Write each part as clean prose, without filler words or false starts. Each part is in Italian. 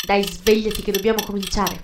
Dai, svegliati che dobbiamo cominciare.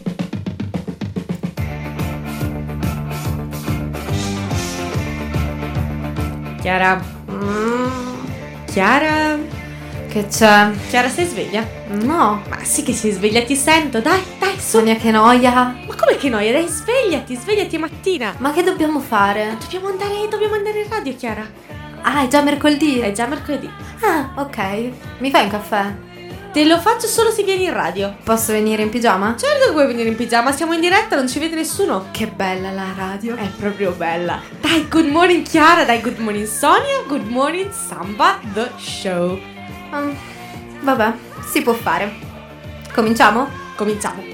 Chiara. Chiara. Che c'è? Chiara, sei sveglia? No. Ma sì che sei sveglia, ti sento. Dai, su. Sonia, che noia. Ma come che noia? Dai, svegliati mattina. Ma che dobbiamo fare? Dobbiamo andare in radio, Chiara. Ah, è già mercoledì? È già mercoledì. Ah, ok. Mi fai un caffè? Te lo faccio solo se vieni in radio. Posso venire in pigiama? Certo che puoi venire in pigiama, siamo in diretta, non ci vede nessuno. Che bella la radio. È proprio bella. Dai, good morning Chiara, dai, good morning Sonia, good morning Samba, the show. Vabbè, si può fare. Cominciamo? Cominciamo.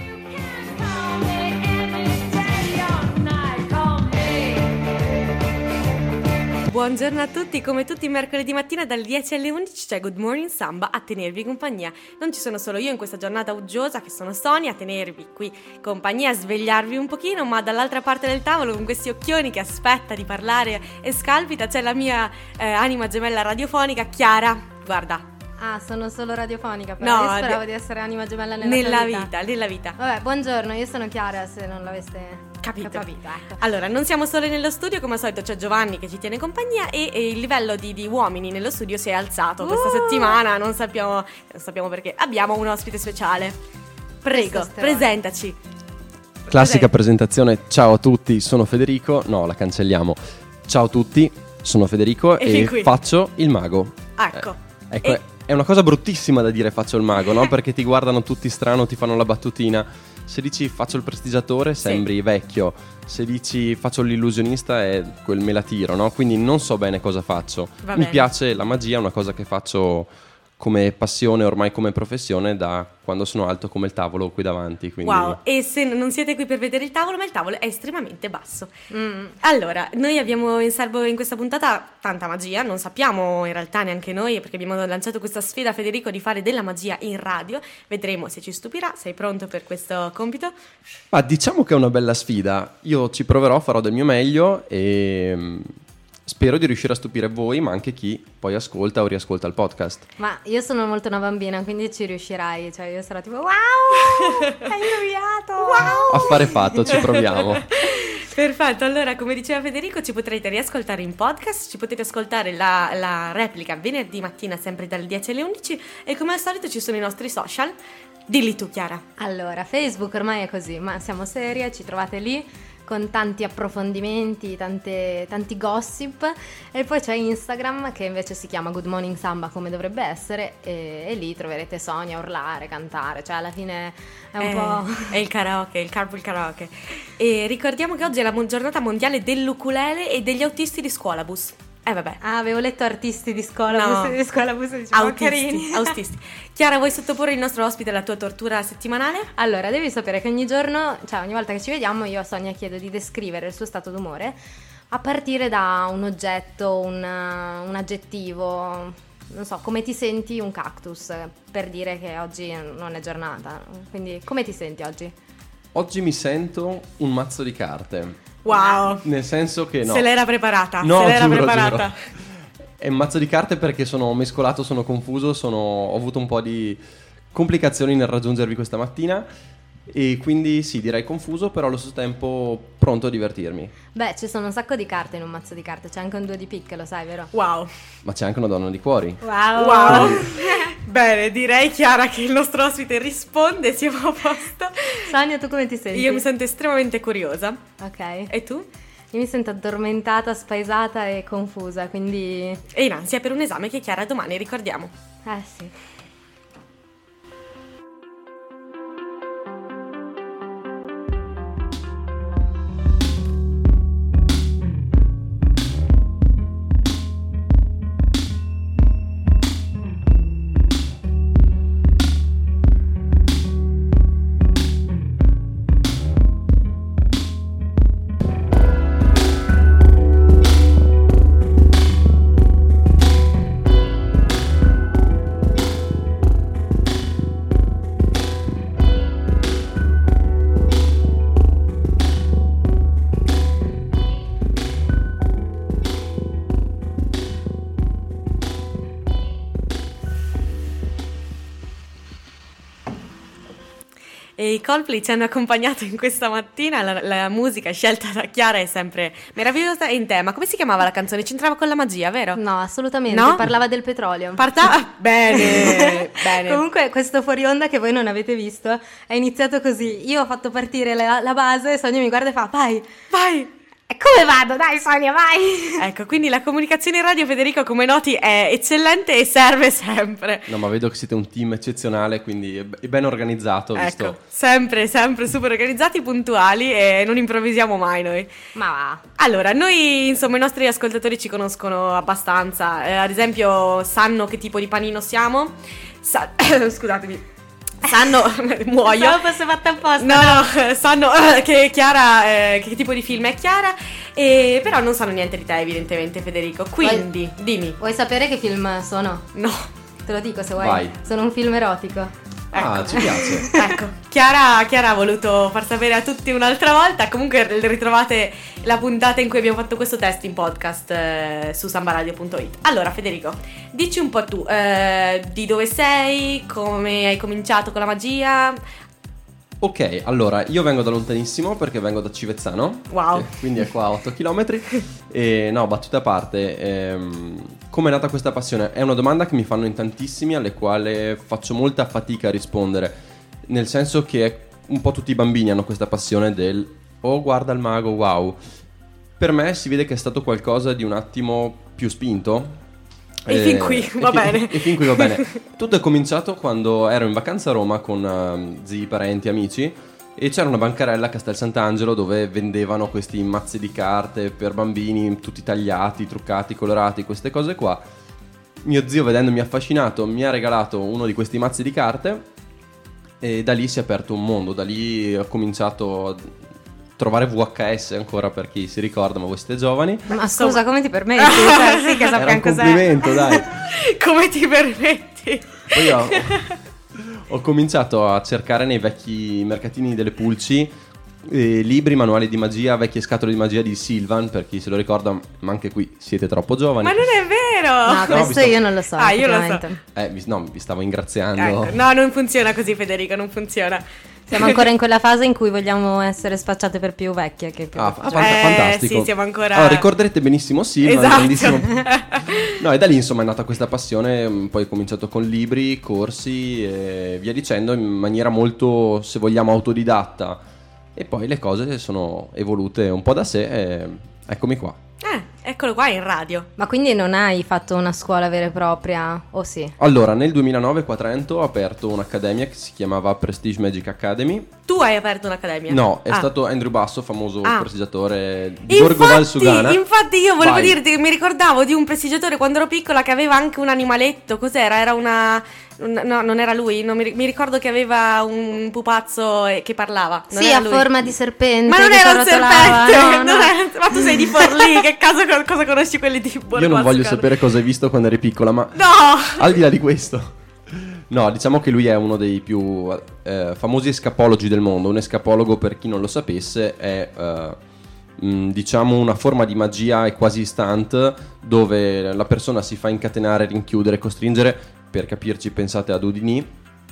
Buongiorno a tutti, come tutti i mercoledì mattina dalle 10 alle 11 c'è Good Morning Samba a tenervi compagnia. Non ci sono solo io in questa giornata uggiosa che sono Sonia a tenervi qui compagnia, a svegliarvi un pochino, ma dall'altra parte del tavolo con questi occhioni che aspetta di parlare e scalpita c'è la mia anima gemella radiofonica Chiara, guarda. Ah, sono solo radiofonica, però io speravo di essere anima gemella nella vita. Vabbè, buongiorno, io sono Chiara, se non l'aveste capito, ecco. Allora, non siamo sole nello studio, come al solito c'è Giovanni che ci tiene compagnia e il livello di uomini nello studio si è alzato questa settimana, non sappiamo perché. Abbiamo un ospite speciale. Prego, presentaci. Classica presentazione, ciao a tutti, sono Federico, no, la cancelliamo. Ciao a tutti, sono Federico e faccio il mago. Ecco. È una cosa bruttissima da dire faccio il mago, no? Perché ti guardano tutti strano, ti fanno la battutina. Se dici faccio il prestigiatore sembri vecchio. Se dici faccio l'illusionista è quel me la tiro, no? Quindi non so bene cosa faccio. Mi piace la magia, è una cosa che faccio come passione, ormai come professione da quando sono alto come il tavolo qui davanti, quindi... Wow, e se non siete qui per vedere il tavolo, ma il tavolo è estremamente basso. Allora, noi abbiamo in serbo in questa puntata tanta magia, non sappiamo in realtà neanche noi, perché abbiamo lanciato questa sfida a Federico di fare della magia in radio, vedremo se ci stupirà. Sei pronto per questo compito? Ma diciamo che è una bella sfida, io ci proverò, farò del mio meglio e... spero di riuscire a stupire voi, ma anche chi poi ascolta o riascolta il podcast. Ma io sono molto una bambina, quindi ci riuscirai. Cioè io sarò tipo wow, hai indovinato, wow. Affare fatto, ci proviamo. Perfetto, allora come diceva Federico ci potrete riascoltare in podcast, ci potete ascoltare la replica venerdì mattina sempre dalle 10 alle 11 e come al solito ci sono i nostri social. Dilli tu, Chiara. Allora, Facebook ormai è così, ma siamo serie, ci trovate lì con tanti approfondimenti, tanti gossip, e poi c'è Instagram che invece si chiama Good Morning Samba come dovrebbe essere e lì troverete Sonia urlare, cantare, cioè alla fine è un po'... È il karaoke, il carpool karaoke. E ricordiamo che oggi è la giornata mondiale dell'ukulele e degli autisti di scuolabus. Vabbè. Ah, avevo letto artisti di scuola, no. Di scuolabus, dicevo carini. Autisti. Chiara, vuoi sottoporre il nostro ospite alla tua tortura settimanale? Allora, devi sapere che ogni giorno, cioè ogni volta che ci vediamo, io a Sonia chiedo di descrivere il suo stato d'umore a partire da un oggetto, un aggettivo, non so, come ti senti un cactus, per dire che oggi non è giornata. Quindi, come ti senti oggi? Oggi mi sento un mazzo di carte. Wow. Nel senso che no. Se l'era preparata. No, giuro. È un mazzo di carte perché sono mescolato, sono confuso, ho avuto un po' di complicazioni nel raggiungervi questa mattina e quindi sì, direi confuso, però allo stesso tempo pronto a divertirmi. Beh, ci sono un sacco di carte in un mazzo di carte, c'è anche un 2 di picche, lo sai, vero? Wow. Ma c'è anche una donna di cuori. Wow. Bene, direi Chiara che il nostro ospite risponde, siamo a posto. Sonia, tu come ti senti? Io mi sento estremamente curiosa. Ok. E tu? Io mi sento addormentata, spaesata e confusa, quindi... E in ansia per un esame che Chiara domani, ricordiamo. Sì. e i Coldplay ci hanno accompagnato in questa mattina. La musica scelta da Chiara è sempre meravigliosa e in tema. Come si chiamava la canzone? C'entrava con la magia, vero? No, assolutamente, No? parlava del petrolio. Bene, bene. Comunque questo fuori onda che voi non avete visto è iniziato così. Io ho fatto partire la base, Sonia mi guarda e fa vai. E come vado? Dai Sonia, vai! Ecco, quindi la comunicazione in radio, Federico, come noti, è eccellente e serve sempre. No, ma vedo che siete un team eccezionale, quindi è ben organizzato, visto. Ecco, sempre super organizzati, puntuali e non improvvisiamo mai noi. Ma va. Allora, noi, insomma, i nostri ascoltatori ci conoscono abbastanza. Ad esempio, sanno che tipo di panino siamo. Scusatemi. Sanno, muoio. Pensavo fosse fatta apposta. No, sanno che Chiara, che tipo di film è Chiara, però non sanno niente di te, evidentemente, Federico. Quindi, dimmi. Vuoi sapere che film sono? No. Te lo dico se vuoi. Vai. Sono un film erotico. Ah, ci piace. Ecco, Chiara ha voluto far sapere a tutti un'altra volta. Comunque ritrovate la puntata in cui abbiamo fatto questo test in podcast su sambaradio.it. Allora Federico, dici un po' tu di dove sei, come hai cominciato con la magia. Ok, allora, io vengo da lontanissimo perché vengo da Civezzano. Wow. Quindi è qua a 8 km. E no, battute a parte, come è nata questa passione? È una domanda che mi fanno in tantissimi, alle quali faccio molta fatica a rispondere. Nel senso che un po' tutti i bambini hanno questa passione del oh, guarda il mago, wow. Per me si vede che è stato qualcosa di un attimo più spinto. E fin qui va bene. E fin qui va bene. Tutto è cominciato quando ero in vacanza a Roma con zii, parenti, amici, e c'era una bancarella a Castel Sant'Angelo dove vendevano questi mazzi di carte per bambini, tutti tagliati, truccati, colorati, queste cose qua. Mio zio, vedendomi affascinato, mi ha regalato uno di questi mazzi di carte e da lì si è aperto un mondo. Da lì ho cominciato a trovare VHS, ancora per chi si ricorda, ma voi siete giovani. Ma scusa, come ti permetti? Cioè, sì che Era un sappiamo cos'è. complimento, dai. Come ti permetti? Poi ho cominciato a cercare nei vecchi mercatini delle pulci libri, manuali di magia, vecchie scatole di magia di Sylvan, per chi se lo ricorda, ma anche qui siete troppo giovani. Ma non è vero! No, questo io non lo so. Ah, io lo so. effettivamente. Vi stavo ingraziando. Ecco. No, non funziona così, Federico, non funziona. Siamo ancora in quella fase in cui vogliamo essere spacciate per più vecchie che più fantastico. Sì, siamo ancora. Allora, ricorderete benissimo Sylvan, Esatto. grandissimo. No, e da lì insomma è nata questa passione. Poi ho cominciato con libri, corsi e via dicendo, in maniera molto, se vogliamo, autodidatta. E poi le cose sono evolute un po' da sé e eccomi qua. Eccolo qua in radio. Ma quindi non hai fatto una scuola vera e propria, o sì? Allora, nel 2009 qua a Trento ho aperto un'accademia che si chiamava Prestige Magic Academy. Tu hai aperto un'accademia? No, è stato Andrew Basso, famoso prestigiatore di Infatti, Borgo Valsugana. Infatti io volevo Vai. dirti che mi ricordavo di un prestigiatore quando ero piccola che aveva anche un animaletto. Cos'era? Era no, non era lui. Mi ricordo che aveva un pupazzo che parlava. Non Sì, era a lui. forma di serpente. Ma non che era un rotolava, serpente. no, no. Non era- Ma tu sei di Forlì. Che cosa conosci quelli di Borgo Io non voglio Valsugana? sapere cosa hai visto quando eri piccola, ma No! al di là di questo, no, diciamo che lui è uno dei più famosi escapologi del mondo. Un escapologo, per chi non lo sapesse, è diciamo una forma di magia e quasi instant, dove la persona si fa incatenare, rinchiudere, costringere. Per capirci, pensate ad Houdini.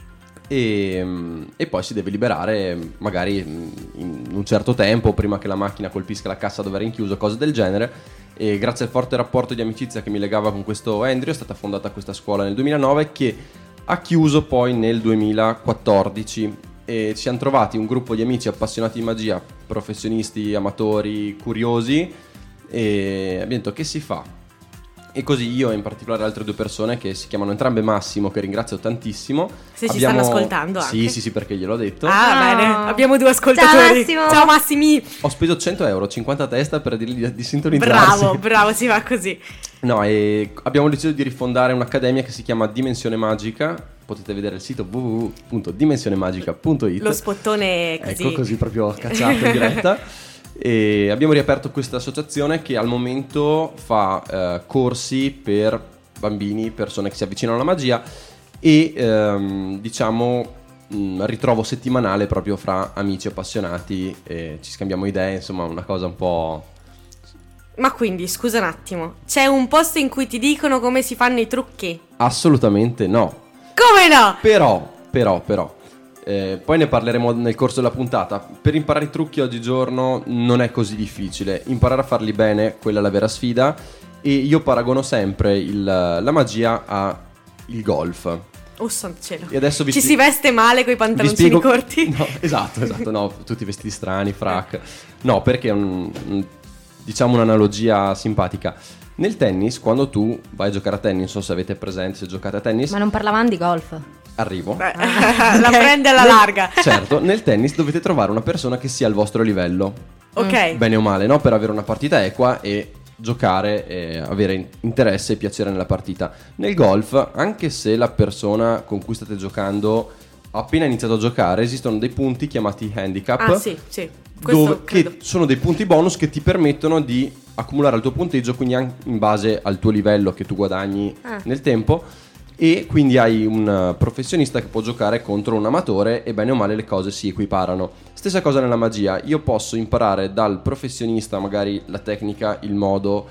E poi si deve liberare magari in un certo tempo, prima che la macchina colpisca la cassa dove era rinchiuso, cose del genere. E grazie al forte rapporto di amicizia che mi legava con questo Andrew è stata fondata questa scuola nel 2009, che ha chiuso poi nel 2014, e ci hanno trovati un gruppo di amici appassionati di magia, professionisti, amatori, curiosi, e abbiamo detto che si fa. E così io, in particolare altre due persone che si chiamano entrambe Massimo, che ringrazio tantissimo. Se ci stanno ascoltando anche. Sì, perché gliel'ho detto. Ah, No. bene. Abbiamo due ascoltatori. Ciao, Massimo. Ciao Massimi. Ho speso 100 euro, 50 a testa, per dirgli di sintonizzarsi. Bravo, si va così. No, e abbiamo deciso di rifondare un'accademia che si chiama Dimensione Magica. Potete vedere il sito www.dimensionemagica.it. Lo spottone così. Ecco, così proprio cacciato in diretta. E abbiamo riaperto questa associazione che al momento fa corsi per bambini, persone che si avvicinano alla magia, e diciamo ritrovo settimanale proprio fra amici appassionati, e ci scambiamo idee, insomma una cosa un po'. Ma quindi, scusa un attimo, c'è un posto in cui ti dicono come si fanno i trucchi? Assolutamente no. Come no? Però Poi ne parleremo nel corso della puntata. Per imparare i trucchi oggigiorno non è così difficile. Imparare a farli bene, quella è la vera sfida. E io paragono sempre la magia a il golf. Oh santo cielo. E adesso ci si veste male coi pantaloncini corti. No, esatto, no, tutti vestiti strani, frac. No, perché è diciamo un'analogia simpatica. Nel tennis, quando tu vai a giocare a tennis, non so se avete presente, se giocate a tennis. Ma non parlavamo di golf. Arrivo. La prende alla larga. Certo, nel tennis dovete trovare una persona che sia al vostro livello. Ok. Bene o male, no? Per avere una partita equa e giocare e avere interesse e piacere nella partita. Nel golf, anche se la persona con cui state giocando ha appena iniziato a giocare, esistono dei punti chiamati handicap. Ah, sì. Che sono dei punti bonus che ti permettono di accumulare il tuo punteggio, quindi anche in base al tuo livello che tu guadagni nel tempo. E quindi hai un professionista che può giocare contro un amatore e bene o male le cose si equiparano. Stessa cosa nella magia, io posso imparare dal professionista magari la tecnica, il modo,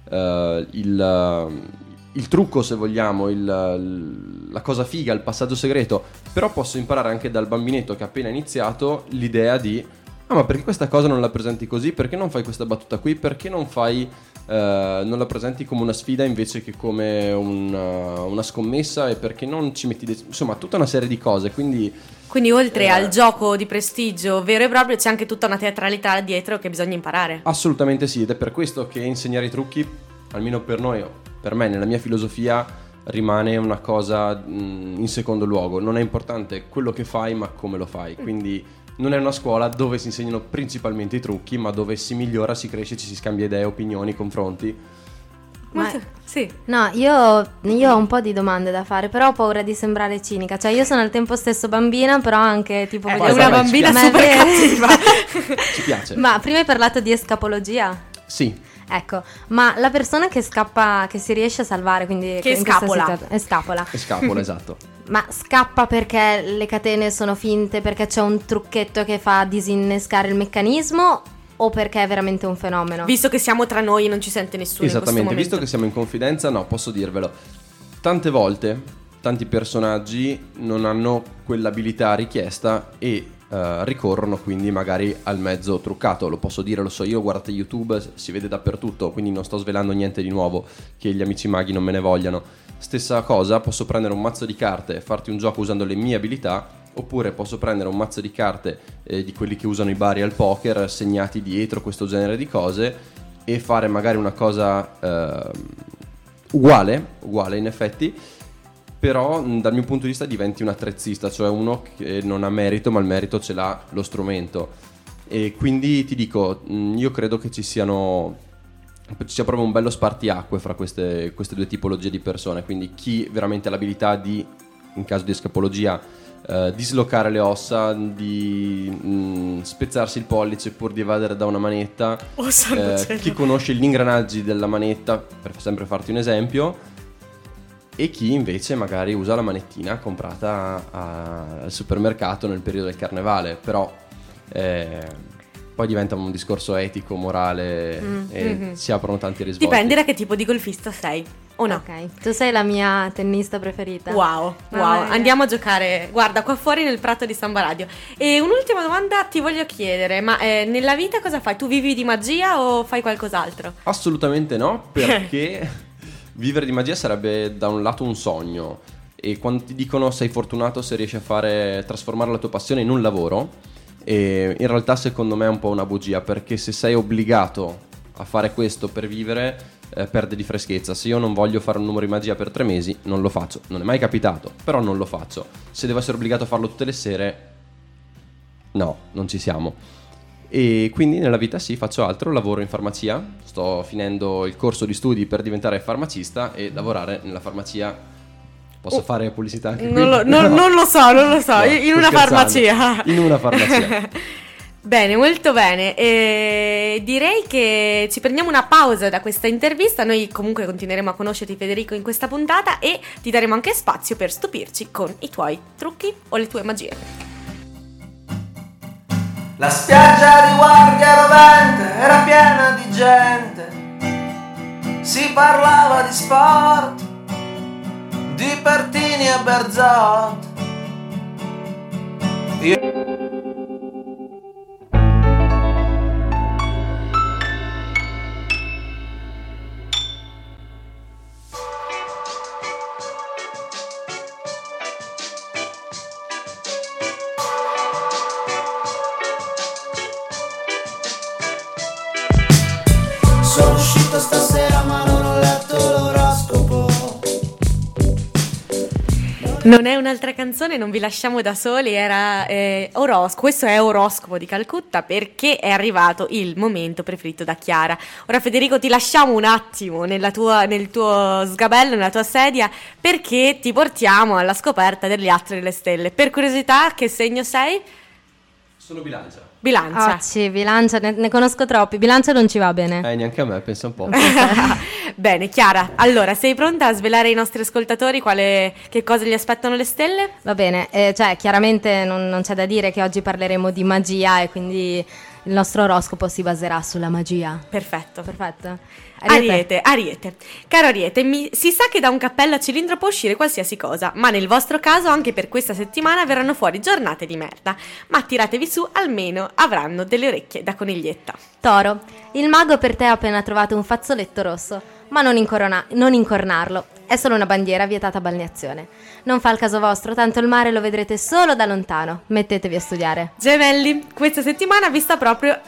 il trucco se vogliamo, la cosa figa, il passaggio segreto, però posso imparare anche dal bambinetto che ha appena iniziato l'idea di ma perché questa cosa non la presenti così? Perché non fai questa battuta qui? Perché non fai non la presenti come una sfida invece che come una scommessa? E perché non ci metti insomma tutta una serie di cose, quindi oltre al gioco di prestigio vero e proprio c'è anche tutta una teatralità dietro che bisogna imparare. Assolutamente sì, ed è per questo che insegnare i trucchi, almeno per noi, per me, nella mia filosofia, rimane una cosa in secondo luogo. Non è importante quello che fai ma come lo fai, quindi non è una scuola dove si insegnano principalmente i trucchi, ma dove si migliora, si cresce, ci si scambia idee, opinioni, confronti. Sì. No, io ho un po' di domande da fare, però ho paura di sembrare cinica. Cioè, io sono al tempo stesso bambina, però anche tipo è una bambina super cattiva. Ci piace. Ma prima hai parlato di escapologia? Sì. Ecco, ma la persona che scappa, che si riesce a salvare, quindi che scapola. Scapola, esatto. Ma scappa perché le catene sono finte, perché c'è un trucchetto che fa disinnescare il meccanismo, o perché è veramente un fenomeno? Visto che siamo tra noi e non ci sente nessuno. Esattamente, visto che siamo in confidenza, no, posso dirvelo. Tante volte, tanti personaggi non hanno quell'abilità richiesta e ricorrono quindi magari al mezzo truccato. Lo posso dire, lo so io, guardate YouTube, si vede dappertutto, quindi non sto svelando niente di nuovo, che gli amici maghi non me ne vogliano. Stessa cosa, posso prendere un mazzo di carte e farti un gioco usando le mie abilità, oppure posso prendere un mazzo di carte di quelli che usano i bari al poker, segnati dietro, questo genere di cose, e fare magari una cosa uguale in effetti, però dal mio punto di vista diventi un attrezzista, cioè uno che non ha merito, ma il merito ce l'ha lo strumento. E quindi ti dico, io credo che ci sia proprio un bello spartiacque fra queste due tipologie di persone. Quindi chi veramente ha l'abilità di, in caso di escapologia, dislocare le ossa, di spezzarsi il pollice pur di evadere da una manetta, chi conosce gli ingranaggi della manetta, per sempre farti un esempio, e chi invece magari usa la manettina comprata al supermercato nel periodo del carnevale. Però poi diventa un discorso etico, morale, e si aprono tanti risvolti. Dipende da che tipo di golfista sei, o no? Ok, tu sei la mia tennista preferita. Wow. Andiamo a giocare, guarda, qua fuori nel prato di Samba Radio. E un'ultima domanda ti voglio chiedere, ma nella vita cosa fai? Tu vivi di magia o fai qualcos'altro? Assolutamente no, perché vivere di magia sarebbe da un lato un sogno, e quando ti dicono sei fortunato se riesci a trasformare la tua passione in un lavoro, e in realtà secondo me è un po' una bugia, perché se sei obbligato a fare questo per vivere, perde di freschezza. Se io non voglio fare un numero di magia per 3 mesi, non lo faccio. Non è mai capitato, però non lo faccio. Se devo essere obbligato a farlo tutte le sere, no, non ci siamo. E quindi nella vita sì, faccio altro, lavoro in farmacia, sto finendo il corso di studi per diventare farmacista e lavorare nella farmacia. Posso fare pubblicità anche qui? Non lo so, no, in una farmacia. In una farmacia. Bene, molto bene. Direi che ci prendiamo una pausa da questa intervista. Noi comunque continueremo a conoscerti, Federico, in questa puntata, e ti daremo anche spazio per stupirci con i tuoi trucchi o le tue magie. La spiaggia di Guardia Rovente era piena di gente, si parlava di sport, di Pertini e Berzot. Non è un'altra canzone, non vi lasciamo da soli, era questo è Oroscopo di Calcutta, perché è arrivato il momento preferito da Chiara. Ora Federico ti lasciamo un attimo nel tuo sgabello, nella tua sedia, perché ti portiamo alla scoperta degli astri e delle stelle. Per curiosità, che segno sei? Sono Bilancia. Bilancia. Oh, sì, Bilancia, ne conosco troppi. Bilancia non ci va bene. Neanche a me, pensa un po'. Bene, Chiara, allora sei pronta a svelare ai nostri ascoltatori che cosa gli aspettano le stelle? Va bene, chiaramente non c'è da dire che oggi parleremo di magia e quindi il nostro oroscopo si baserà sulla magia. Perfetto. Ariete. Ariete. Caro Ariete, si sa che da un cappello a cilindro può uscire qualsiasi cosa, ma nel vostro caso anche per questa settimana verranno fuori giornate di merda. Ma tiratevi su, almeno avranno delle orecchie da coniglietta. Toro, il mago per te ha appena trovato un fazzoletto rosso, ma non incornarlo. È solo una bandiera vietata a balneazione. Non fa il caso vostro, tanto il mare lo vedrete solo da lontano. Mettetevi a studiare. Gemelli, questa settimana vi sta proprio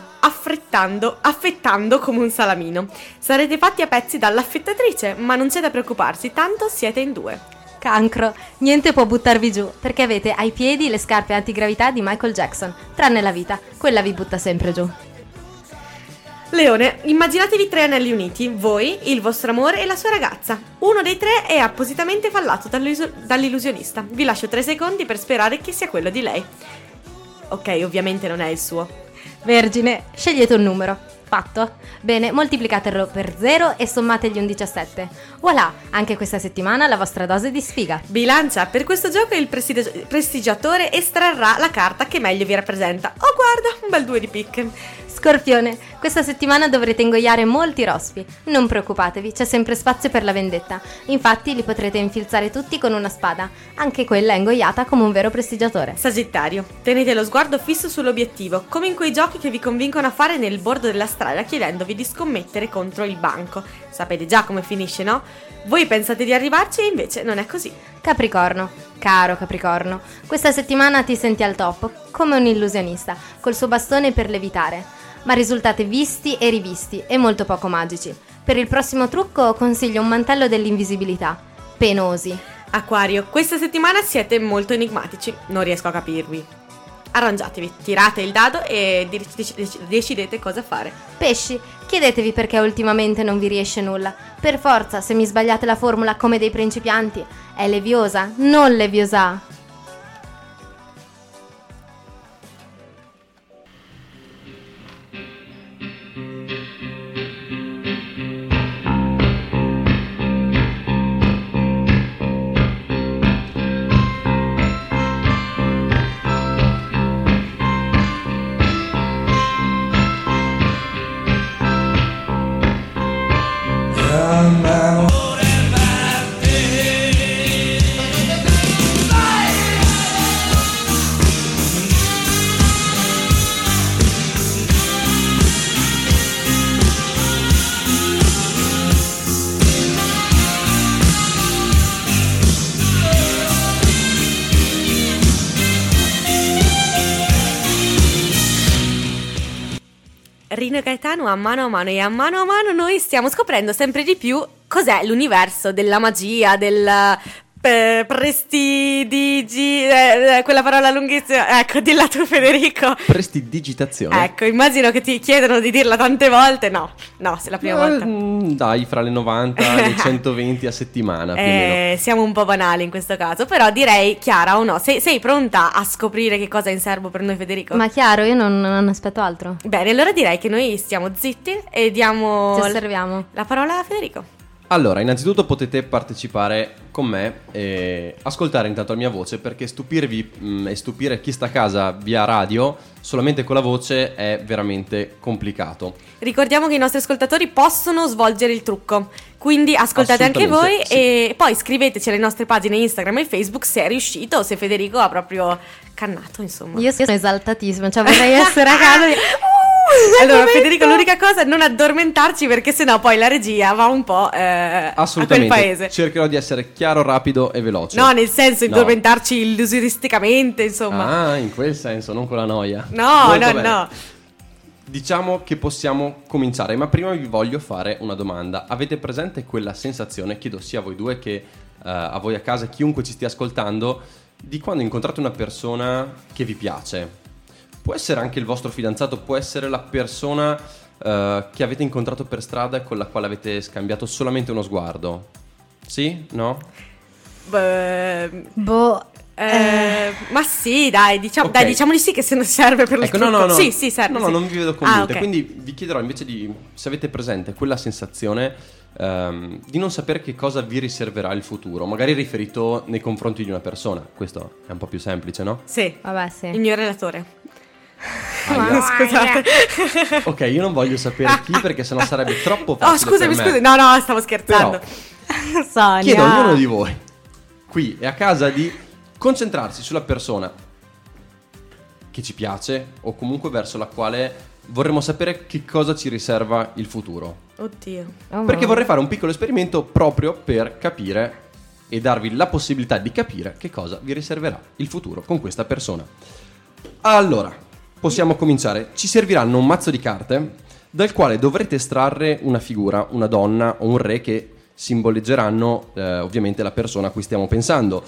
affettando come un salamino. Sarete fatti a pezzi dall'affettatrice, ma non c'è da preoccuparsi, tanto siete in 2. Cancro, niente può buttarvi giù, perché avete ai piedi le scarpe antigravità di Michael Jackson, tranne la vita, quella vi butta sempre giù. Leone, immaginatevi 3 anelli uniti, voi, il vostro amore e la sua ragazza. Uno dei 3 è appositamente fallato dall'illusionista. Vi lascio 3 secondi per sperare che sia quello di lei. Ok, ovviamente non è il suo. Vergine, scegliete un numero. Fatto? Bene, moltiplicatelo per 0 e sommategli un 17. Voilà, anche questa settimana la vostra dose di sfiga. Bilancia, per questo gioco il prestigiatore estrarrà la carta che meglio vi rappresenta. Oh guarda, un bel 2 di picche. Scorpione, questa settimana dovrete ingoiare molti rospi. Non preoccupatevi, c'è sempre spazio per la vendetta. Infatti li potrete infilzare tutti con una spada, anche quella ingoiata come un vero prestigiatore. Sagittario, tenete lo sguardo fisso sull'obiettivo, come in quei giochi che vi convincono a fare nel bordo della strada chiedendovi di scommettere contro il banco. Sapete già come finisce, no? Voi pensate di arrivarci e invece non è così. Capricorno, caro Capricorno, questa settimana ti senti al top, come un illusionista, col suo bastone per levitare. Ma risultate visti e rivisti e molto poco magici. Per il prossimo trucco consiglio un mantello dell'invisibilità. Penosi. Acquario, questa settimana siete molto enigmatici, non riesco a capirvi. Arrangiatevi, tirate il dado e decidete cosa fare. Pesci, chiedetevi perché ultimamente non vi riesce nulla. Per forza, se mi sbagliate la formula come dei principianti, è leviosa, non leviosa. Rino e Gaetano a mano e a mano noi stiamo scoprendo sempre di più cos'è l'universo della magia, del prestidigi, quella parola lunghissima, ecco, dilla tu Federico. Prestidigitazione. Ecco, immagino che ti chiedono di dirla tante volte, no, se è la prima volta. Dai, fra le 90 e le 120 a settimana più o meno. Siamo un po' banali in questo caso, però direi, Chiara o no, sei pronta a scoprire che cosa è in serbo per noi Federico? Ma chiaro, io non aspetto altro. Bene, allora direi che noi stiamo zitti e diamo Ci osserviamo la parola a Federico. Allora, innanzitutto potete partecipare con me e ascoltare intanto la mia voce, perché stupirvi e stupire chi sta a casa via radio solamente con la voce è veramente complicato. Ricordiamo che i nostri ascoltatori possono svolgere il trucco, quindi ascoltate anche voi, sì. E poi scriveteci alle nostre pagine Instagram e Facebook se è riuscito o se Federico ha proprio cannato, insomma. Io sono esaltatissima, cioè vorrei essere a casa di... Allora Federico, l'unica cosa è non addormentarci, perché sennò poi la regia va un po' a quel paese. Cercherò di essere chiaro, rapido e veloce. No, nel senso di addormentarci illusionisticamente, insomma. Ah, in quel senso, non con la noia. No. Diciamo che possiamo cominciare, ma prima vi voglio fare una domanda. Avete presente quella sensazione, chiedo sia a voi due che a voi a casa, chiunque ci stia ascoltando, di quando incontrate una persona che vi piace. Può essere anche il vostro fidanzato, può essere la persona che avete incontrato per strada e con la quale avete scambiato solamente uno sguardo. Sì? No? Ma sì, dai, Ok. diciamo di sì, che se non serve per il Ecco, trucco. no. Sì, serve. No, sì. non vi vedo convinte. ok. Quindi vi chiederò invece se avete presente quella sensazione di non sapere che cosa vi riserverà il futuro, magari riferito nei confronti di una persona. Questo è un po' più semplice, no? Sì, Vabbè, sì. il mio relatore. Ahia. Scusate. Ok, io non voglio sapere chi perché sennò sarebbe troppo facile. Scusami, per me. scusi. No, stavo scherzando. Però Sonia. chiedo a ognuno di voi, qui e a casa, di concentrarsi sulla persona che ci piace o comunque verso la quale vorremmo sapere che cosa ci riserva il futuro. Oddio. Oh, Perché no. vorrei fare un piccolo esperimento proprio per capire e darvi la possibilità di capire che cosa vi riserverà il futuro con questa persona. Allora, possiamo cominciare. Ci serviranno un mazzo di carte dal quale dovrete estrarre una figura, una donna o un re che simboleggeranno ovviamente la persona a cui stiamo pensando,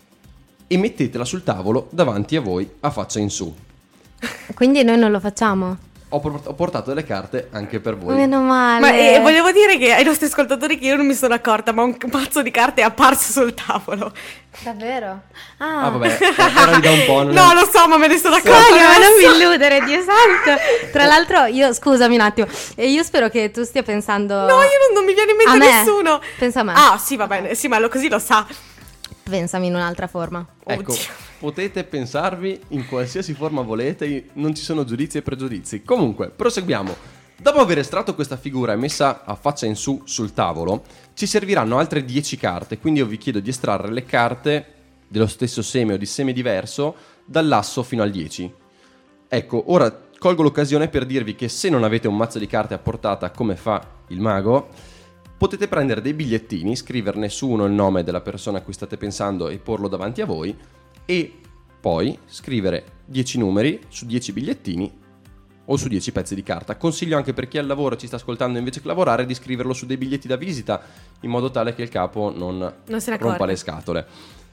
e mettetela sul tavolo davanti a voi a faccia in su. Quindi noi non lo facciamo? Ho portato delle carte anche per voi. Meno male. Ma volevo dire che ai nostri ascoltatori che io non mi sono accorta, ma un mazzo di carte è apparso sul tavolo. Davvero? Ah vabbè, era lì da un po'. non No, è- lo so, ma me ne sono accorta. Sonia, ma non adesso. mi illudere, Dio santo. Tra l'altro, scusami un attimo, e io spero che tu stia pensando. No, io non mi viene in mente A me? nessuno. Pensa a me. Ah, sì, va bene. Sì, ma così lo sa. Pensami in un'altra forma. Ecco, Oddio. potete pensarvi in qualsiasi forma volete, non ci sono giudizi e pregiudizi. Comunque, proseguiamo. Dopo aver estratto questa figura e messa a faccia in su sul tavolo, ci serviranno altre 10 carte, quindi io vi chiedo di estrarre le carte dello stesso seme o di seme diverso dall'asso fino al 10. Ecco, ora colgo l'occasione per dirvi che se non avete un mazzo di carte a portata come fa il mago, potete prendere dei bigliettini, scriverne su uno il nome della persona a cui state pensando e porlo davanti a voi, e poi scrivere 10 numeri su 10 bigliettini o su 10 pezzi di carta. Consiglio anche per chi al lavoro ci sta ascoltando invece che lavorare di scriverlo su dei biglietti da visita, in modo tale che il capo non se ne rompa accorga. le scatole.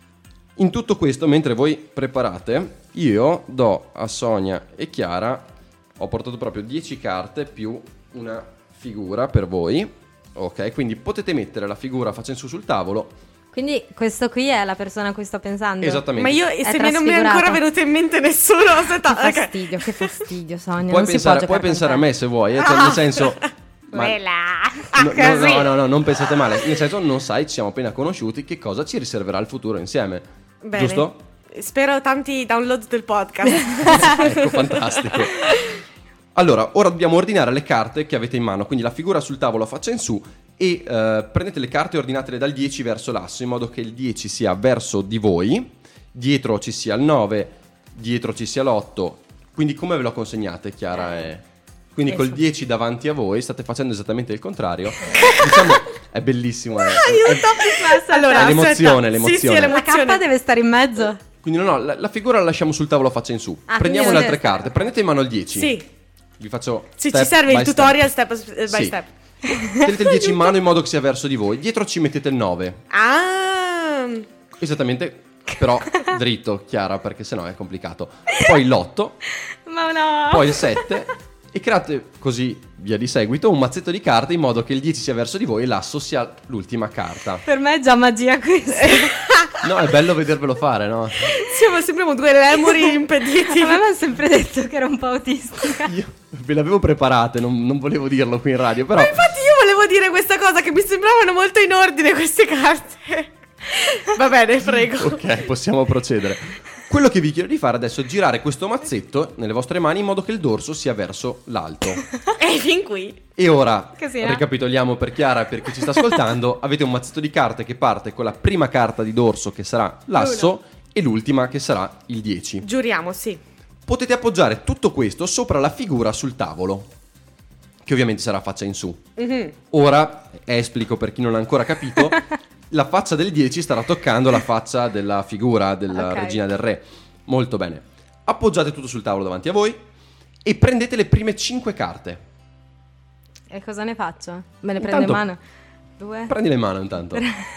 In tutto questo, mentre voi preparate, io do a Sonia e Chiara, ho portato proprio 10 carte più una figura per voi. Ok, quindi potete mettere la figura faccia in su sul tavolo. Quindi questo qui è la persona a cui sto pensando. Esattamente. Ma io, se non mi è trasfigurata. ancora venuto in mente nessuno, Che fastidio, Sonia. Puoi non si pensare, può puoi giocare pensare a con te. me se vuoi, cioè nel senso... ma- no, non pensate male. Nel senso, non sai, ci siamo appena conosciuti, che cosa ci riserverà il futuro insieme. Bene. Giusto? Spero tanti download del podcast. Ecco, fantastico. Allora, ora dobbiamo ordinare le carte che avete in mano, quindi la figura sul tavolo a faccia in su, e prendete le carte e ordinatele dal 10 verso l'asso, in modo che il 10 sia verso di voi, dietro ci sia il 9, dietro ci sia l'8. Quindi come ve lo consegnate, Chiara? Quindi col 10 davanti a voi state facendo esattamente il contrario. Diciamo, è bellissimo. Allora, È l'emozione, aspetta. l'emozione. Sì, è La l'emozione. K deve stare in mezzo. Quindi no, la figura la lasciamo sul tavolo a faccia in su. Ah, Prendiamo quindi le altre deve carte, prendete in mano il 10. Sì. Vi faccio Sì, step ci serve by il tutorial step by Sì. step. Tenete il 10 in mano in modo che sia verso di voi. Dietro ci mettete il 9. Ah, Esattamente, però dritto, Chiara, perché sennò è complicato. Poi l'8, Ma no. poi il 7 e create così via di seguito un mazzetto di carte in modo che il 10 sia verso di voi e l'asso sia l'ultima carta. Per me è già magia questa. No, è bello vedervelo fare, no? sembriamo due lemuri impediti. A me mi hanno sempre detto che ero un po' autistica. Io ve l'avevo preparate, non volevo dirlo qui in radio, però... Infatti io volevo dire questa cosa, che mi sembravano molto in ordine queste carte. Va bene, prego. Ok, possiamo procedere. Quello che vi chiedo di fare adesso è girare questo mazzetto nelle vostre mani in modo che il dorso sia verso l'alto. E fin qui. E ora, Così, no? ricapitoliamo per Chiara e per chi ci sta ascoltando. Avete un mazzetto di carte che parte con la prima carta di dorso, che sarà l'asso, e l'ultima che sarà il 10. Giuriamo, sì. Potete appoggiare tutto questo sopra la figura sul tavolo, che ovviamente sarà faccia in su. Ora, esplico per chi non ha ancora capito, la faccia del 10 starà toccando la faccia della figura della Ok. regina del re. Molto bene. Appoggiate tutto sul tavolo davanti a voi e prendete le prime 5 carte. E cosa ne faccio? Me le prendo Intanto- in mano? 2, Prendile in mano intanto.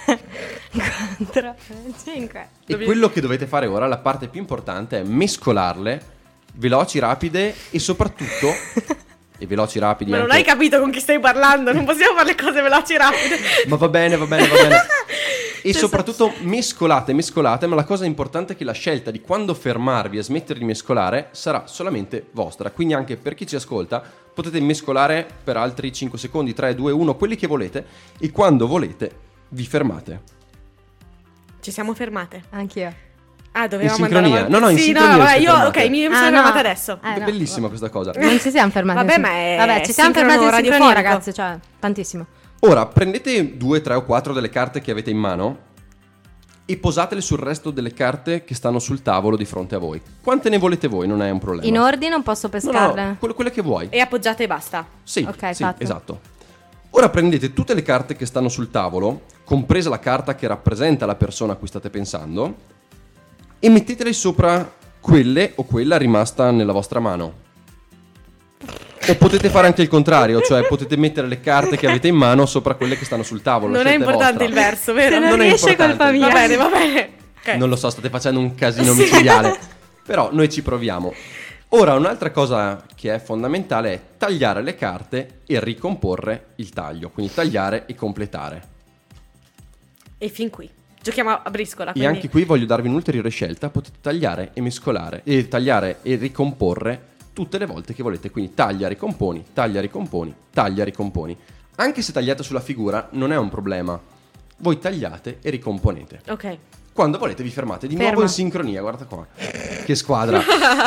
4, 5. E quello che dovete fare ora, la parte più importante, è mescolarle, veloci, rapide e soprattutto... e veloci, rapidi Ma non anche... hai capito con chi stai parlando, non possiamo fare le cose veloci e rapide. Ma va bene. E soprattutto mescolate, ma la cosa importante è che la scelta di quando fermarvi e smettere di mescolare sarà solamente vostra. Quindi anche per chi ci ascolta potete mescolare per altri 5 secondi, 3, 2, 1, quelli che volete, e quando volete vi fermate. Ci siamo fermate. Anch'io. Ah, dovevamo In sincronia? andare avanti. No, in sì, sincronia no, vabbè, siete io fermate. ok, mi sono Ah, no. fermata adesso. È no. bellissima questa cosa. Non ci siamo fermati. Vabbè, ma è Vabbè, ci siamo sincrono fermati in sincronia, radiofonico. ragazzi, cioè, tantissimo. Ora prendete 2, 3 o 4 delle carte che avete in mano e posatele sul resto delle carte che stanno sul tavolo di fronte a voi. Quante ne volete voi? Non è un problema. In ordine non posso pescarle. Quelle che vuoi. E appoggiate e basta. Sì, Ok, sì, fatto. esatto. Ora prendete tutte le carte che stanno sul tavolo, compresa la carta che rappresenta la persona a cui state pensando, e mettetele sopra quelle o quella rimasta nella vostra mano. O potete fare anche il contrario, cioè potete mettere le carte che avete in mano sopra quelle che stanno sul tavolo. la Non è scelta importante vostra. il verso, vero? Se non Non è riesce, importante. colpa mia. Va bene. Ok. Non lo so, state facendo un casino micidiale. Però noi ci proviamo. Ora, un'altra cosa che è fondamentale è tagliare le carte e ricomporre il taglio. Quindi tagliare e completare. E fin qui. Giochiamo a briscola. E Quindi... anche qui voglio darvi un'ulteriore scelta. Potete tagliare e mescolare. E tagliare e ricomporre tutte le volte che volete. Quindi taglia, ricomponi, taglia, ricomponi, taglia, ricomponi. Anche se tagliate sulla figura non è un problema. Voi tagliate e ricomponete. Ok. Quando volete vi fermate di Ferma. nuovo in sincronia, guarda qua. Che squadra.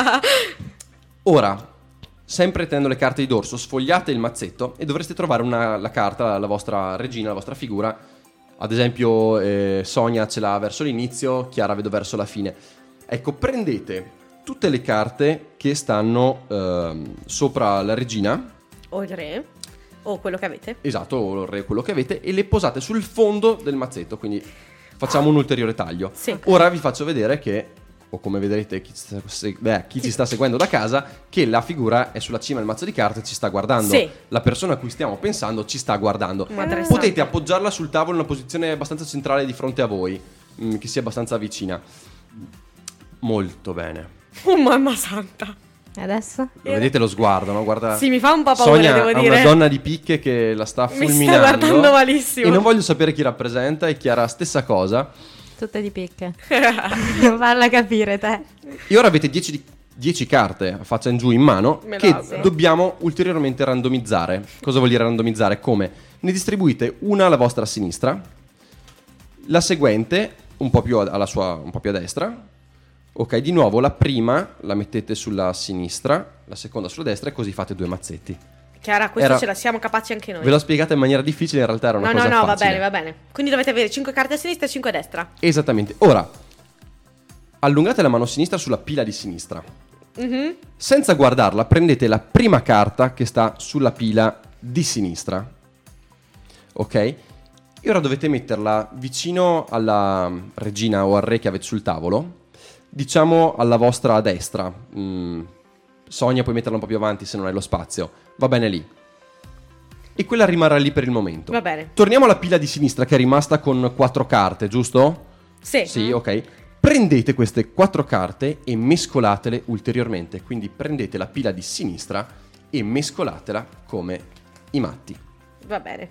Ora, sempre tenendo le carte di dorso, sfogliate il mazzetto e dovreste trovare la carta, la vostra regina, la vostra figura. Ad esempio Sonia ce l'ha verso l'inizio, Chiara vedo verso la fine. Ecco, prendete tutte le carte che stanno sopra la regina. O il re. O quello che avete. Esatto, o il re, quello che avete, e le posate sul fondo del mazzetto, quindi facciamo un ulteriore taglio. Sì. Ora vi faccio vedere che, o come vedrete chi ci sta seguendo da casa, che la figura è sulla cima del mazzo di carte e ci sta guardando. Sì. La persona a cui stiamo pensando ci sta guardando. Madre Potete santa. appoggiarla sul tavolo in una posizione abbastanza centrale di fronte a voi, che sia abbastanza vicina. Molto bene. Oh mamma santa. E adesso? Lo vedete lo sguardo, no? Guarda, Sì, mi fa un po' paura, Sonia devo ha dire. una donna di picche che la sta Mi sta fulminando. guardando malissimo. E non voglio sapere chi rappresenta, e Chiara stessa cosa. Tutte di picche. Non farla capire te. E ora avete 10 carte a faccia in giù in mano Me che l'auguro. dobbiamo ulteriormente randomizzare. Cosa vuol dire randomizzare? Come? Ne distribuite una alla vostra sinistra, la seguente un po' più un po' più a destra. Ok, di nuovo la prima la mettete sulla sinistra, la seconda sulla destra, e così fate 2 mazzetti. Chiara, questo Era- ce la siamo capaci anche noi. Ve l'ho spiegata in maniera difficile, in realtà era una No, cosa va facile. bene, va bene. Quindi dovete avere 5 carte a sinistra e 5 a destra. Esattamente. Ora, allungate la mano sinistra sulla pila di sinistra. Mhm. Senza guardarla, prendete la prima carta che sta sulla pila di sinistra. Ok? E ora dovete metterla vicino alla regina o al re che avete sul tavolo. Diciamo alla vostra destra. Sonia, puoi metterla un po' più avanti se non hai lo spazio. Va bene lì. E quella rimarrà lì per il momento. Va bene. Torniamo alla pila di sinistra che è rimasta con 4 carte, giusto? Sì. Sì, ok. Prendete queste 4 carte e mescolatele ulteriormente. Quindi prendete la pila di sinistra e mescolatela come i matti. Va bene.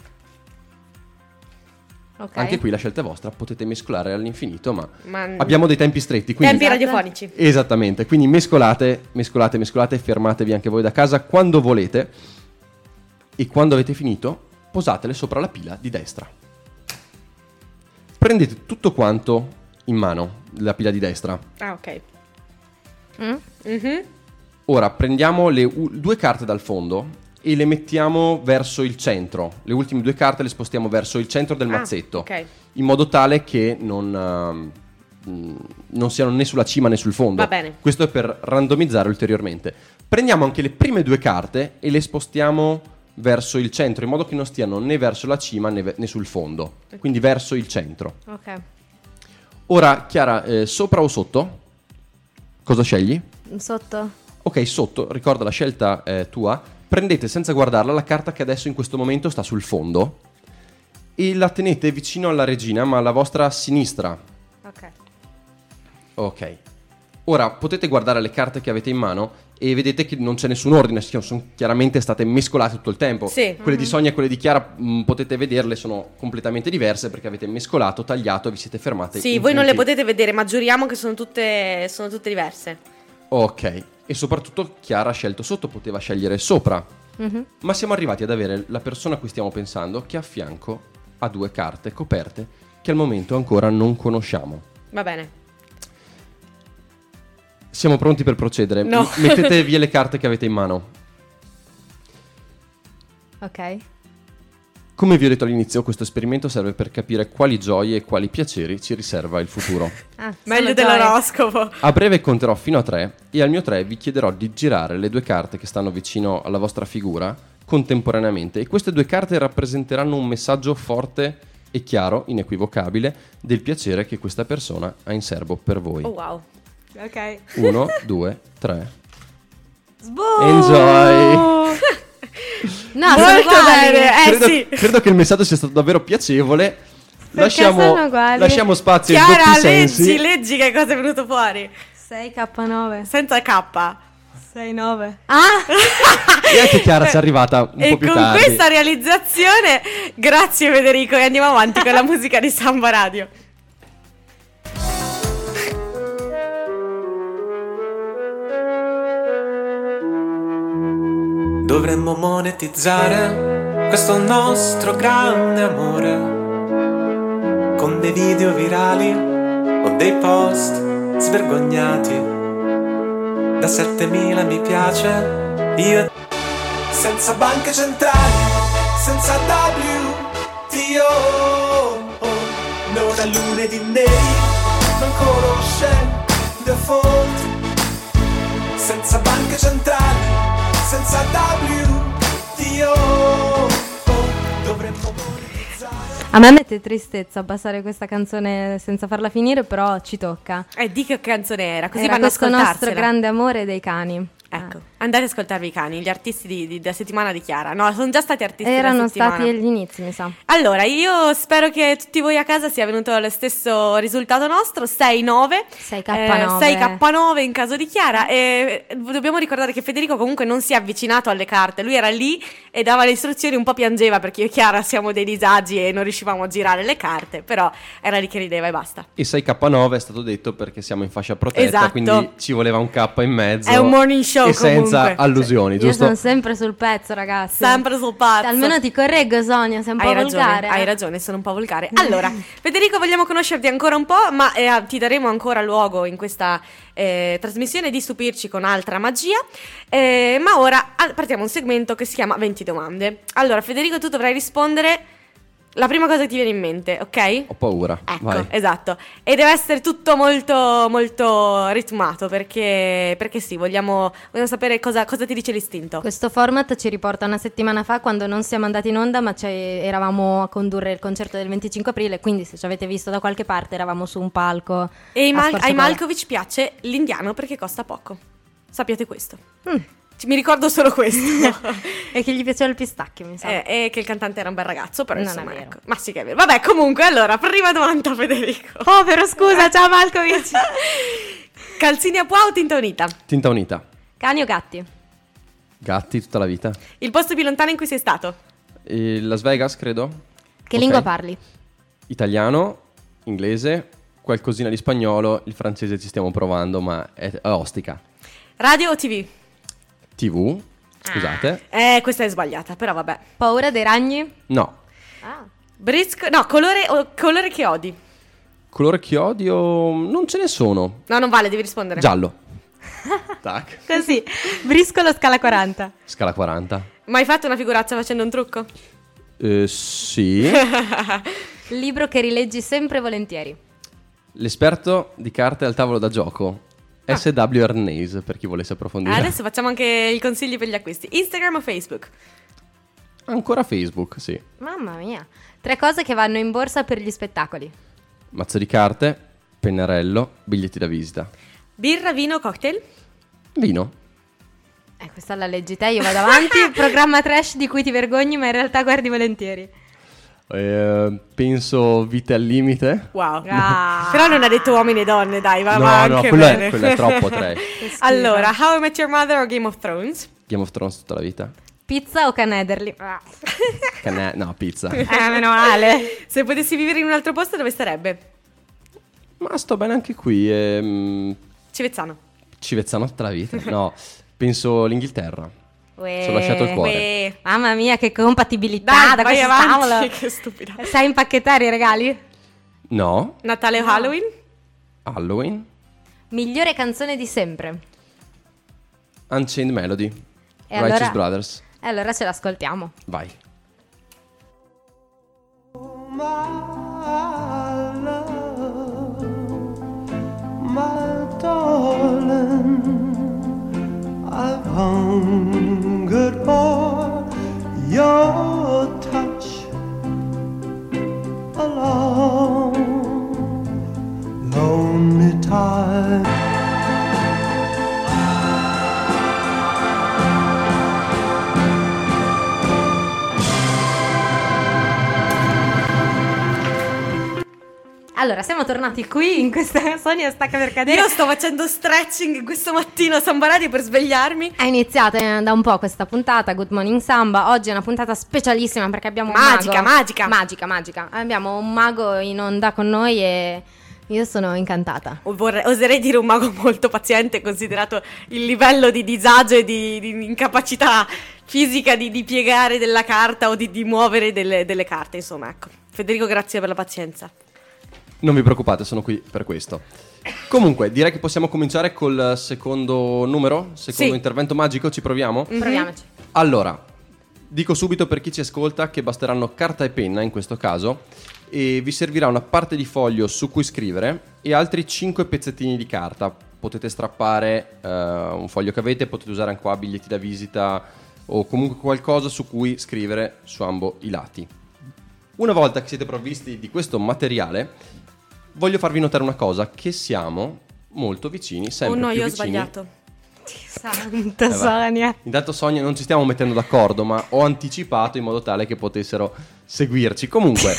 Ok. Anche qui la scelta è vostra, potete mescolare all'infinito, ma Ma- abbiamo dei tempi stretti. Quindi... Tempi Esatto. radiofonici. Esattamente, quindi mescolate, fermatevi anche voi da casa quando volete, e quando avete finito posatele sopra la pila di destra. Prendete tutto quanto in mano, la pila di destra. Ah, ok. Mm? Mhm. Ora prendiamo le 2 carte dal fondo e le mettiamo verso il centro. Le ultime 2 carte le spostiamo verso il centro del Ah, mazzetto, ok. in modo tale che non siano né sulla cima né sul fondo. Va bene. Questo è per randomizzare ulteriormente. Prendiamo anche le prime 2 carte e le spostiamo verso il centro, in modo che non stiano né verso la cima né sul fondo. Quindi verso il centro. Ok. Ora, Chiara, sopra o sotto? Cosa scegli? Sotto? Ok, sotto, ricorda la scelta è tua. Prendete senza guardarla la carta che adesso in questo momento sta sul fondo e la tenete vicino alla regina, ma alla vostra sinistra. Ok. Ok. Ora potete guardare le carte che avete in mano e vedete che non c'è nessun ordine, sono chiaramente state mescolate tutto il tempo. Sì. Quelle di Sonia e quelle di Chiara, potete vederle, sono completamente diverse perché avete mescolato, tagliato e vi siete fermate. Sì, in voi non le punti. potete vedere, ma giuriamo che sono tutte diverse. Ok. E soprattutto Chiara ha scelto sotto, poteva scegliere sopra. Ma siamo arrivati ad avere la persona a cui stiamo pensando che a fianco ha 2 carte coperte che al momento ancora non conosciamo. Va bene. Siamo pronti per procedere. No. Mettete via le carte che avete in mano. Ok. Come vi ho detto all'inizio, questo esperimento serve per capire quali gioie e quali piaceri ci riserva il futuro. Meglio sono gioie. dell'oroscopo. A breve conterò fino a 3 e al mio 3 vi chiederò di girare le 2 carte che stanno vicino alla vostra figura contemporaneamente, e queste 2 carte rappresenteranno un messaggio forte e chiaro, inequivocabile, del piacere che questa persona ha in serbo per voi. Oh wow. Ok. 1, 2, 3. Enjoy! No, Molto sono uguali. bene. Sì. Credo che il messaggio sia stato davvero piacevole. sono uguali? Lasciamo spazio ai Chiara, doppi sensi. leggi che cosa è venuto fuori. 6K9. Senza K. 6-9. E anche Chiara ci è arrivata un E po' più con tardi. questa realizzazione, grazie Federico, e andiamo avanti con la musica di Samba Radio. Dovremmo monetizzare questo nostro grande amore con dei video virali o dei post svergognati da 7000 mi piace. Io senza banche centrali, senza WTO, non a lunedì neri, non conosce default. Senza banche centrali, senza WTO, dovremmo monetizzare. A me mette tristezza passare questa canzone senza farla finire, però ci tocca. Di che canzone era? Così Era vanno a questo nostro ascoltarsela. grande amore dei cani. Ecco, andate ad ascoltarvi i cani, gli artisti della settimana di Chiara. No, sono già stati artisti Erano della settimana. stati agli inizi, mi sa. Allora, io spero che tutti voi a casa sia venuto lo stesso risultato nostro, 6-9. 6K9. 6K9 in caso di Chiara. E dobbiamo ricordare che Federico comunque non si è avvicinato alle carte, lui era lì e dava le istruzioni, un po' piangeva perché io e Chiara siamo dei disagi e non riuscivamo a girare le carte, però era lì che rideva e basta. E 6K9 è stato detto perché siamo in fascia protetta, Esatto. quindi ci voleva un K in mezzo. È un morning show e senza comunque. allusioni, Io giusto? sono sempre sul pezzo, ragazzi. Sempre sul pazzo. Almeno ti correggo, Sonia, sei un po' Hai ragione, volgare. hai ragione, sono un po' volgare. Allora, Federico, vogliamo conoscerti ancora un po', ma ti daremo ancora luogo in questa trasmissione di stupirci con altra magia. Ma ora partiamo un segmento che si chiama 20 domande. Allora, Federico, tu dovrai rispondere la prima cosa che ti viene in mente, ok? Ho paura. Ecco, Vai. esatto. E deve essere tutto molto, molto ritmato perché sì, vogliamo sapere cosa ti dice l'istinto. Questo format ci riporta una settimana fa, quando non siamo andati in onda, ma eravamo a condurre il concerto del 25 aprile, quindi se ci avete visto da qualche parte eravamo su un palco. E a ai squarciagola. Malkovich piace l'indiano perché costa poco. Sappiate questo. Mi ricordo solo questo. E che gli piaceva il pistacchio, mi sa. E che il cantante era un bel ragazzo, però Non insomma, è vero. ecco. Ma sì che è vero. Vabbè, comunque, allora, prima domanda, Federico. Povero, scusa, ciao Malkovich. Calzini a pois o tinta unita? Tinta unita. Cani o gatti? Gatti tutta la vita. Il posto più lontano in cui sei stato? E Las Vegas, credo. Che Ok. lingua parli? Italiano, inglese, qualcosina di spagnolo, il francese ci stiamo provando, ma è ostica. Radio o TV? TV, scusate. Questa è sbagliata, però vabbè. Paura dei ragni? No. Brisco, no, colore che odi? Colore che odio, non ce ne sono. No, non vale, devi rispondere. Giallo. Tac. Così. Briscolo scala 40. Scala 40. Ma hai fatto una figuraccia facendo un trucco? Sì. Libro che rileggi sempre volentieri. L'esperto di carte al tavolo da gioco. S.W. Arnase, per chi volesse approfondire. Adesso facciamo anche i consigli per gli acquisti. Instagram o Facebook? Ancora Facebook, sì. Mamma mia. 3 cose che vanno in borsa per gli spettacoli. Mazzo di carte, pennarello, biglietti da visita. Birra, vino, cocktail? Vino. Questa la leggi te, io vado avanti. Programma trash di cui ti vergogni, ma in realtà guardi volentieri. Penso Vite al limite. Wow. Ah. Però non ha detto uomini e donne, dai, va No, anche quello bene. è troppo trash. Allora, How I Met Your Mother o Game of Thrones? Game of Thrones tutta la vita. Pizza o Canederli? No, pizza. Meno male. Se potessi vivere in un altro posto, dove starebbe? Ma sto bene anche qui. Civezzano. Civezzano tutta la vita. No, penso l'Inghilterra. Uè. Ci ho lasciato il cuore. Uè. Mamma mia, che compatibilità Dai, da vai questo avanti. tavolo. Che stupida. Sai impacchettare i regali? No, Natale o Halloween? Halloween. Migliore canzone di sempre. Unchained Melody. E Righteous allora? Brothers. E allora ce l'ascoltiamo. Vai. My darling, I've hungered for your touch a long, lonely time. Allora, siamo tornati qui in questa Sonia stacca per cadere. Io sto facendo stretching questo mattino a Samba Radio per svegliarmi. È iniziata da un po' questa puntata, Good Morning Samba. Oggi è una puntata specialissima perché abbiamo Magica, un mago. magica. Magica. Abbiamo un mago in onda con noi e io sono incantata. Oserei dire un mago molto paziente, considerato il livello di disagio e di incapacità fisica di piegare della carta o di muovere delle carte. Insomma, ecco. Federico, grazie per la pazienza. Non vi preoccupate, sono qui per questo. Comunque, direi che possiamo cominciare col secondo numero, secondo Sì. intervento magico, ci proviamo? Proviamoci. Allora, dico subito per chi ci ascolta che basteranno carta e penna in questo caso e vi servirà una parte di foglio su cui scrivere e altri 5 pezzettini di carta. Potete strappare un foglio che avete, potete usare anche qua biglietti da visita o comunque qualcosa su cui scrivere su ambo i lati. Una volta che siete provvisti di questo materiale, voglio farvi notare una cosa, che siamo molto vicini, sempre Oh no, più io ho vicini. sbagliato. Santa vai. Sonia. Intanto Sonia, non ci stiamo mettendo d'accordo, ma ho anticipato in modo tale che potessero seguirci. Comunque,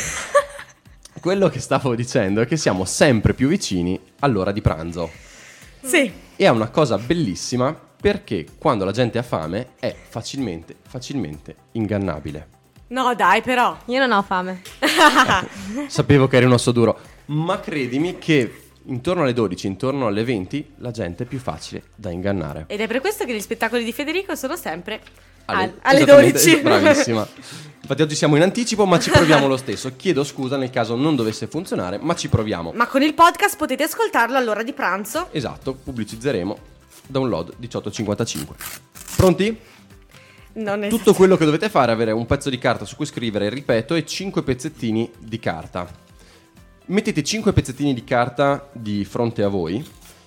quello che stavo dicendo è che siamo sempre più vicini all'ora di pranzo. Sì. E è una cosa bellissima perché quando la gente ha fame è facilmente ingannabile. No, dai, però. Io non ho fame. Sapevo che eri un osso duro, ma credimi che intorno alle 12, intorno alle 20, la gente è più facile da ingannare. Ed è per questo che gli spettacoli di Federico sono sempre alle Esattamente, 12. Bravissima. Infatti oggi siamo in anticipo, ma ci proviamo lo stesso. Chiedo scusa nel caso non dovesse funzionare, ma ci proviamo. Ma con il podcast potete ascoltarlo all'ora di pranzo. Esatto, pubblicizzeremo. Download 18.55. Pronti? Non è Tutto quello che dovete fare è avere un pezzo di carta su cui scrivere, ripeto, e 5 pezzettini di carta. Mettete 5 pezzettini di carta di fronte a voi.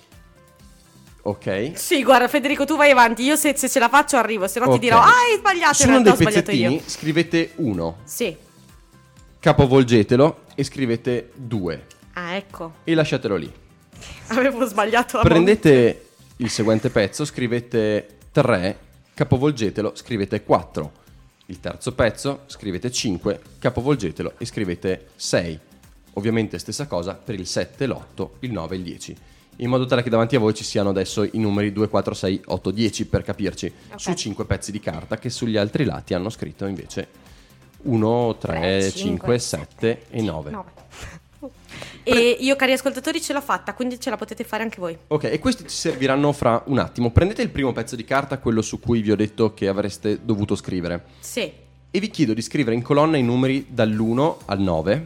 Ok? Sì, guarda Federico, tu vai avanti. Io se ce la faccio arrivo, se no Ok. ti dirò hai sbagliato, Su in uno realtà dei ho sbagliato pezzettini io. scrivete 1, Sì. capovolgetelo e scrivete 2 Ah, ecco. e lasciatelo lì. Avevo sbagliato a Prendete il seguente pezzo, scrivete 3, capovolgetelo, scrivete 4. Il terzo pezzo, scrivete 5, capovolgetelo e scrivete 6. Ovviamente stessa cosa per il 7, l'8, il 9 e il 10. In modo tale che davanti a voi ci siano adesso i numeri 2, 4, 6, 8, 10 per capirci, su 5 pezzi di carta che sugli altri lati hanno scritto invece 1, 3, 5, 7 e 9. E io, cari ascoltatori, ce l'ho fatta, quindi ce la potete fare anche voi. Ok, e questi ci serviranno fra un attimo. Prendete il primo pezzo di carta, quello su cui vi ho detto che avreste dovuto scrivere, Sì. e vi chiedo di scrivere in colonna i numeri dall'1 al 9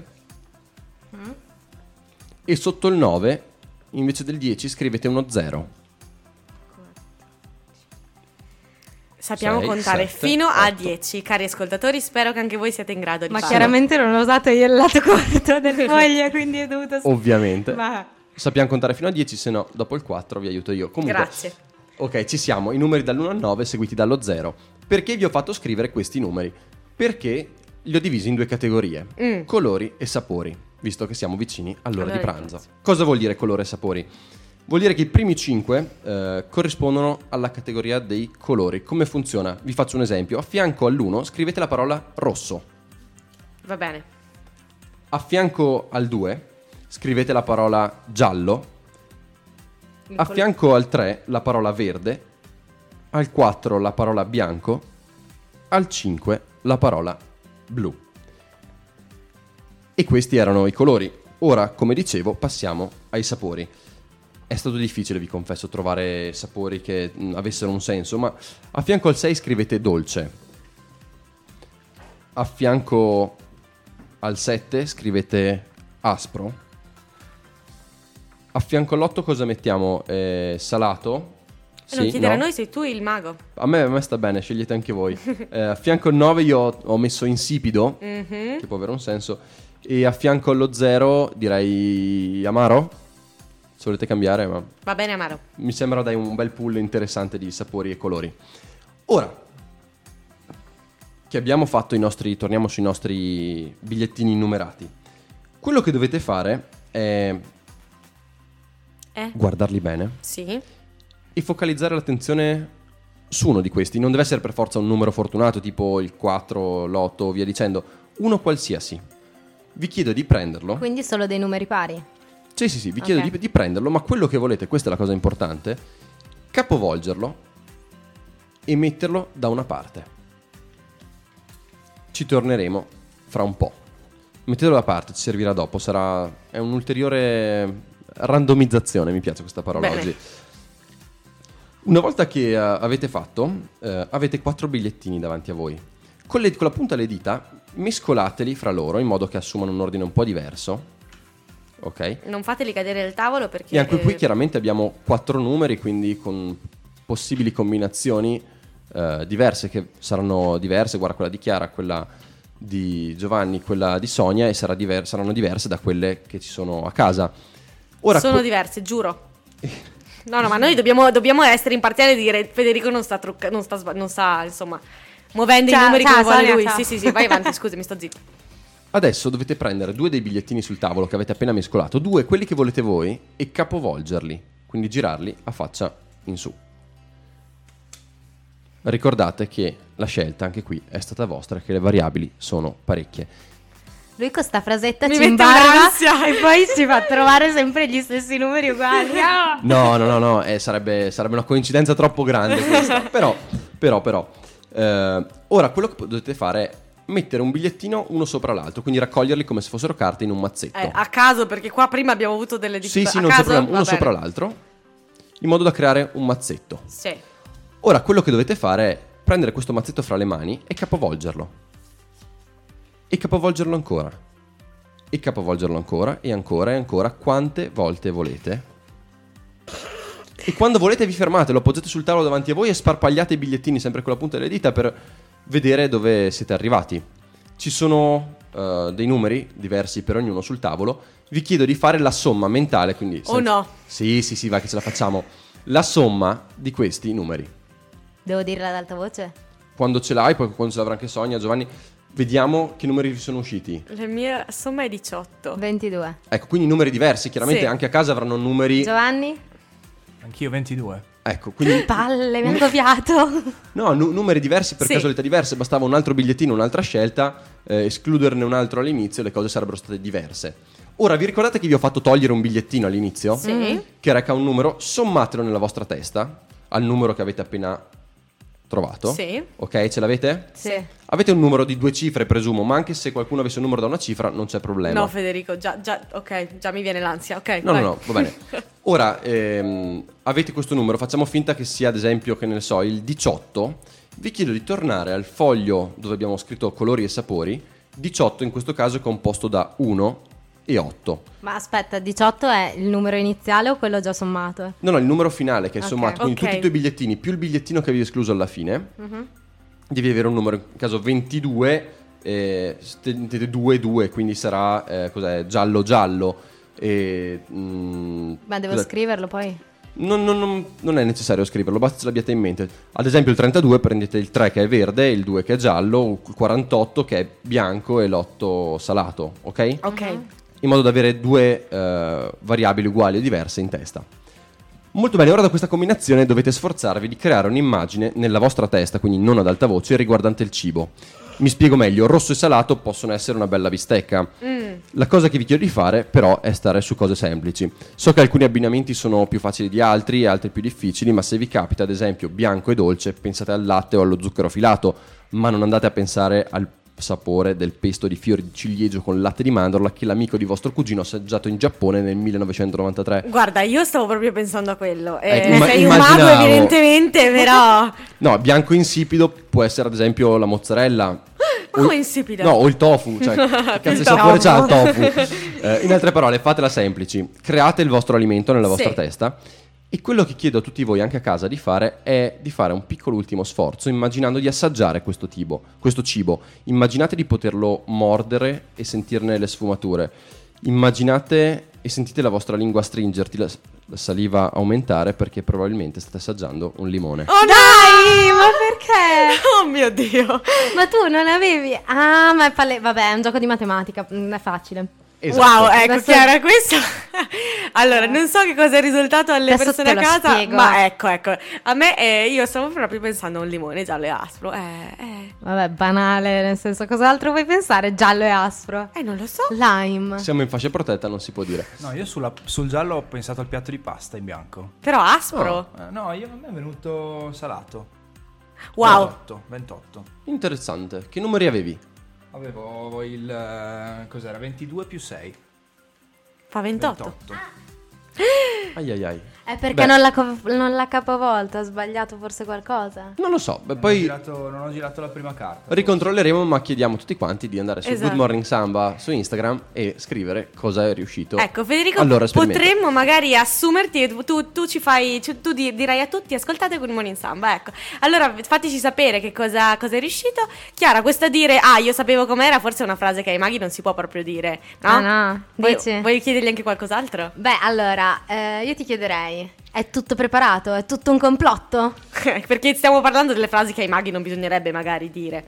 e sotto il 9 invece del 10 scrivete uno 0. Sappiamo 6, contare 7, fino a 8. 10, cari ascoltatori, spero che anche voi siate in grado di Ma farlo. chiaramente non ho usato io il lato corto del foglio, quindi ho dovuto... Ovviamente. Ma... Sappiamo contare fino a 10, se no dopo il 4 vi aiuto io. Comunque, Grazie. ok, ci siamo. I numeri dall'1 al 9 seguiti dallo 0. Perché vi ho fatto scrivere questi numeri? Perché li ho divisi in due categorie. Colori e sapori, visto che siamo vicini all'ora di pranzo. Cosa vuol dire colore e sapori? Vuol dire che i primi 5 corrispondono alla categoria dei colori. Come funziona? Vi faccio un esempio. A fianco all'1 scrivete la parola rosso. Va bene. A fianco al 2 scrivete la parola giallo. A fianco al 3 la parola verde. Al 4 la parola bianco. Al 5 la parola blu. E questi erano i colori. Ora, come dicevo, passiamo ai sapori. È stato difficile, vi confesso, trovare sapori che avessero un senso, ma a fianco al 6 scrivete dolce. A fianco al 7 scrivete aspro. A fianco all'8 cosa mettiamo? Salato? Non chiedere a no? noi, sei tu il mago. A me sta bene, scegliete anche voi. A fianco al 9 io ho messo insipido, Mhm. che può avere un senso. E a fianco allo 0 direi amaro. Se volete cambiare, ma Va bene, Amaro. mi sembra dai un bel pool interessante di sapori e colori. Ora che abbiamo fatto torniamo sui nostri bigliettini numerati. Quello che dovete fare è guardarli bene Sì. e focalizzare l'attenzione su uno di questi. Non deve essere per forza un numero fortunato, tipo il 4, l'8, via dicendo. Uno qualsiasi. Vi chiedo di prenderlo. Quindi solo dei numeri pari. Sì, vi chiedo Ok. di prenderlo, ma quello che volete, questa è la cosa importante, capovolgerlo e metterlo da una parte. Ci torneremo fra un po'. Mettetelo da parte, ci servirà dopo, è un'ulteriore randomizzazione, mi piace questa parola Bene. oggi. Una volta che avete fatto, avete 4 bigliettini davanti a voi. Con la punta delle dita mescolateli fra loro in modo che assumano un ordine un po' diverso. Ok? Non fateli cadere dal tavolo perché... E anche qui chiaramente abbiamo 4 numeri, quindi con possibili combinazioni diverse, che saranno diverse. Guarda, quella di Chiara, quella di Giovanni, quella di Sonia, e saranno diverse da quelle che ci sono a casa. Ora, Sono diverse, giuro. No, ma noi dobbiamo essere imparziali e dire Federico non sta insomma, muovendo Ciao, i numeri ciao, come vuole Sonia, lui. ciao. Sì, vai avanti, scusami, sto zitto. Adesso dovete prendere 2 dei bigliettini sul tavolo che avete appena mescolato, 2 quelli che volete voi, e capovolgerli, quindi girarli a faccia in su. Ricordate che la scelta anche qui è stata vostra, che le variabili sono parecchie. Lui con sta frasetta Mi ci mette imbarca un'ansia. e poi ci fa trovare sempre gli stessi numeri uguali. Ah! No, sarebbe una coincidenza troppo grande questa. però. Ora quello che dovete fare è mettere un bigliettino uno sopra l'altro, quindi raccoglierli come se fossero carte in un mazzetto. A caso, perché qua prima abbiamo avuto delle difficoltà. Sì, A non c'è caso? problema, uno Va bene. sopra l'altro, in modo da creare un mazzetto. Sì. Ora quello che dovete fare è prendere questo mazzetto fra le mani e capovolgerlo. E capovolgerlo ancora. E capovolgerlo ancora e ancora e ancora, quante volte volete. E quando volete vi fermate, lo appoggiate sul tavolo davanti a voi e sparpagliate i bigliettini sempre con la punta delle dita per vedere dove siete arrivati. Ci sono dei numeri diversi per ognuno sul tavolo. Vi chiedo di fare la somma mentale, quindi Oh no. Sì, vai che ce la facciamo. La somma di questi numeri. Devo dirla ad alta voce? Quando ce l'hai, poi quando ce l'avrà anche Sonia, Giovanni, vediamo che numeri vi sono usciti. La mia somma è 18. 22. Ecco, quindi numeri diversi, chiaramente Sì. anche a casa avranno numeri. Giovanni? Anch'io 22. Ecco, quindi Palle, mi hanno doppiato. no, numeri diversi per Sì. casualità diverse, bastava un altro bigliettino, un'altra scelta, escluderne un altro all'inizio, le cose sarebbero state diverse. Ora, vi ricordate che vi ho fatto togliere un bigliettino all'inizio? Sì. Che reca un numero, sommatelo nella vostra testa al numero che avete appena trovato. Sì. Ok, ce l'avete? Sì. Avete un numero di 2 cifre, presumo, ma anche se qualcuno avesse un numero da una cifra non c'è problema. No, Federico, già, ok, già mi viene l'ansia. Ok, No, vai. no, va bene. Ora, avete questo numero, facciamo finta che sia, ad esempio, che ne so, il 18. Vi chiedo di tornare al foglio dove abbiamo scritto colori e sapori. 18 in questo caso è composto da 1 e 8. Ma aspetta, 18 è il numero iniziale o quello già sommato? No, il numero finale che è Ok. sommato, quindi Ok. tutti i tuoi bigliettini più il bigliettino che avevi escluso alla fine. Devi avere un numero, in caso 22, mettete 2, quindi sarà cos'è? Giallo. Ma devo cos'è? scriverlo poi? Non è necessario scriverlo, basta che ce l'abbiate in mente. Ad esempio il 32 prendete il 3 che è verde, il 2 che è giallo, il 48 che è bianco e l'8 salato, ok? Ok. In modo da avere 2 variabili uguali o diverse in testa. Molto bene, ora da questa combinazione dovete sforzarvi di creare un'immagine nella vostra testa, quindi non ad alta voce, riguardante il cibo. Mi spiego meglio, rosso e salato possono essere una bella bistecca. La cosa che vi chiedo di fare però è stare su cose semplici. So che alcuni abbinamenti sono più facili di altri e altri più difficili, ma se vi capita ad esempio bianco e dolce, pensate al latte o allo zucchero filato, ma non andate a pensare al sapore del pesto di fiori di ciliegio con latte di mandorla che l'amico di vostro cugino ha assaggiato in Giappone nel 1993. Guarda, io stavo proprio pensando a quello. Ecco, Sei un mago evidentemente, però... No, bianco insipido può essere ad esempio la mozzarella. Come insipida? No, o il tofu, cioè che cazzo di sapore c'ha il tofu? In altre parole, fatela semplici. Create il vostro alimento nella vostra testa. E quello che chiedo a tutti voi anche a casa di fare è di fare un piccolo ultimo sforzo immaginando di assaggiare questo cibo. Immaginate di poterlo mordere e sentirne le sfumature. Immaginate e sentite la vostra lingua stringerti, la saliva aumentare perché probabilmente state assaggiando un limone. Oh Dai, ma perché? Oh mio Dio! Ma tu non avevi... Ah, ma vabbè, è un gioco di matematica, è facile. Esatto. Wow, ecco Adesso- Chiara, questo allora non so che cosa è il risultato alle Adesso persone te a lo casa, spiego. ma ecco, a me io stavo proprio pensando a un limone giallo e aspro. Vabbè, banale, nel senso, cos'altro vuoi pensare? Giallo e aspro. Non lo so. Lime. Siamo in fascia protetta, non si può dire. No, io sul giallo ho pensato al piatto di pasta in bianco. Però aspro. No, a me è venuto salato. Wow. 28. Interessante. Che numeri avevi? Avevo cos'era? 22 più 6. Fa 28. Ai ai ai. È perché non la capovolta, ho sbagliato forse qualcosa? Non lo so, Non poi ho girato la prima carta. ricontrolleremo, ma chiediamo a tutti quanti di andare su Esatto. Good Morning Samba su Instagram e scrivere cosa è riuscito. Ecco, Federico, Allora, esperimenta. potremmo magari assumerti e tu ci fai, tu dirai a tutti ascoltate Good Morning Samba, ecco. Allora fateci sapere che cosa è riuscito. Chiara, questa dire io sapevo com'era, forse è una frase che ai maghi non si può proprio dire, no? Ah, no, dici? Vuoi chiedergli anche qualcos'altro? Beh, allora, io ti chiederei, è tutto preparato? È tutto un complotto? Perché stiamo parlando delle frasi che ai maghi non bisognerebbe magari dire.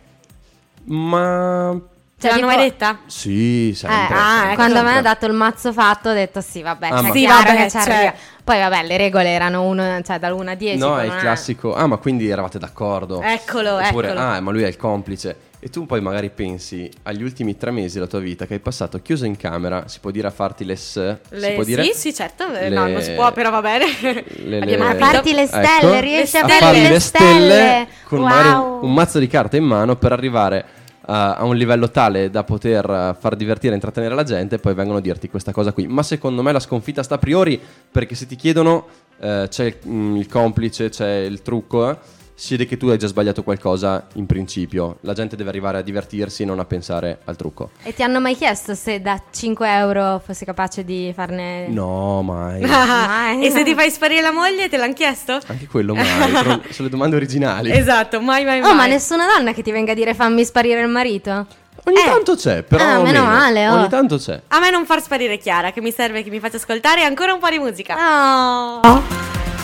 Ma Ce l'hanno tipo- mai detta? sì, sempre. ecco. Quando me ha dato il mazzo fatto ho detto sì, vabbè, Ah, ma- sì, Sì, vabbè, vabbè, che ci arriva. cioè- Poi vabbè, le regole erano dall'1 a 10. No, è non il classico. Ah, ma quindi eravate d'accordo? Eccolo, Oppure, eccolo. ma lui è il complice. E tu poi magari pensi agli ultimi 3 mesi della tua vita che hai passato chiuso in camera, si può dire a farti si può dire? Sì, certo. No, non si può, però va bene. le- Abbiamo A le- capito. farti le stelle, Ecco, riesci Le a a fare fargli le stelle con wow. magari un mazzo di carta in mano per arrivare a un livello tale da poter far divertire e intrattenere la gente e poi vengono a dirti questa cosa qui. Ma secondo me la sconfitta sta a priori, perché se ti chiedono c'è il complice, c'è il trucco, si vede che tu hai già sbagliato qualcosa in principio. La gente deve arrivare a divertirsi e non a pensare al trucco. E ti hanno mai chiesto se da 5 euro fossi capace di farne... No, mai. Mai. E se ti fai sparire la moglie, te l'hanno chiesto? Anche quello mai. Però sono le domande originali. Esatto, mai. Oh, ma nessuna donna che ti venga a dire fammi sparire il marito? Ogni tanto c'è, però meno male, oh. Ogni tanto c'è. A me non far sparire Chiara, che mi serve che mi faccia ascoltare ancora un po' di musica. Oh.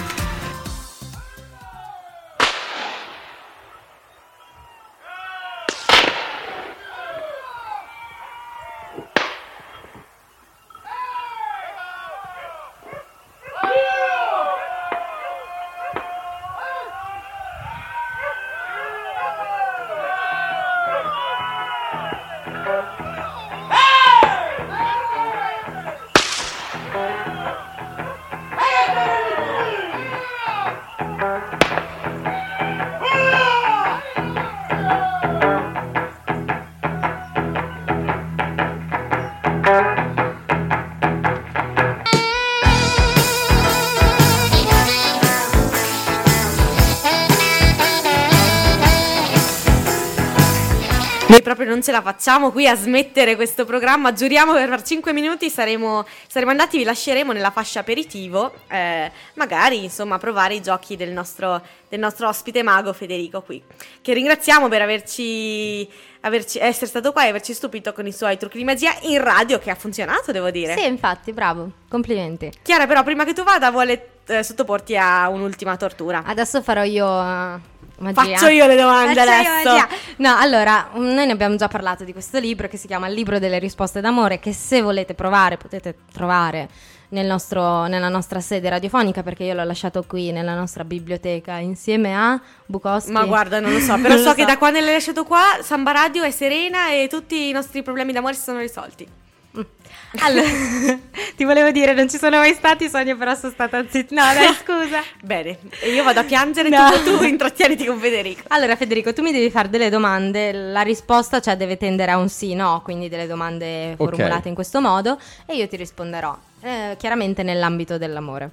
Noi proprio non ce la facciamo qui a smettere questo programma. Giuriamo che per 5 minuti saremo andati. Vi lasceremo nella fascia aperitivo. Magari insomma provare i giochi del nostro ospite mago Federico qui, che ringraziamo per essere stato qua e averci stupito con i suoi trucchi di magia in radio, che ha funzionato, devo dire. Sì, infatti, bravo, complimenti. Chiara, però prima che tu vada vuole sottoporti a un'ultima tortura. Adesso farò io magia. Faccio io le domande Faccio io adesso. magia. No, allora, noi ne abbiamo già parlato di questo libro che si chiama Il libro delle risposte d'amore, che se volete provare potete trovare nella nostra sede radiofonica, perché io l'ho lasciato qui nella nostra biblioteca insieme a Bukowski. Ma guarda, non lo so, però so che da quando l'hai lasciato qua Samba Radio è serena e tutti i nostri problemi d'amore si sono risolti. Allora, ti volevo dire, non ci sono mai stati sogni, però sono stata zitta. No, dai, scusa. Bene, e io vado a piangere, No. tu intrattieniti con Federico. Allora Federico, tu mi devi fare delle domande, la risposta cioè deve tendere a un sì, no, quindi delle domande formulate in questo modo e io ti risponderò, chiaramente nell'ambito dell'amore.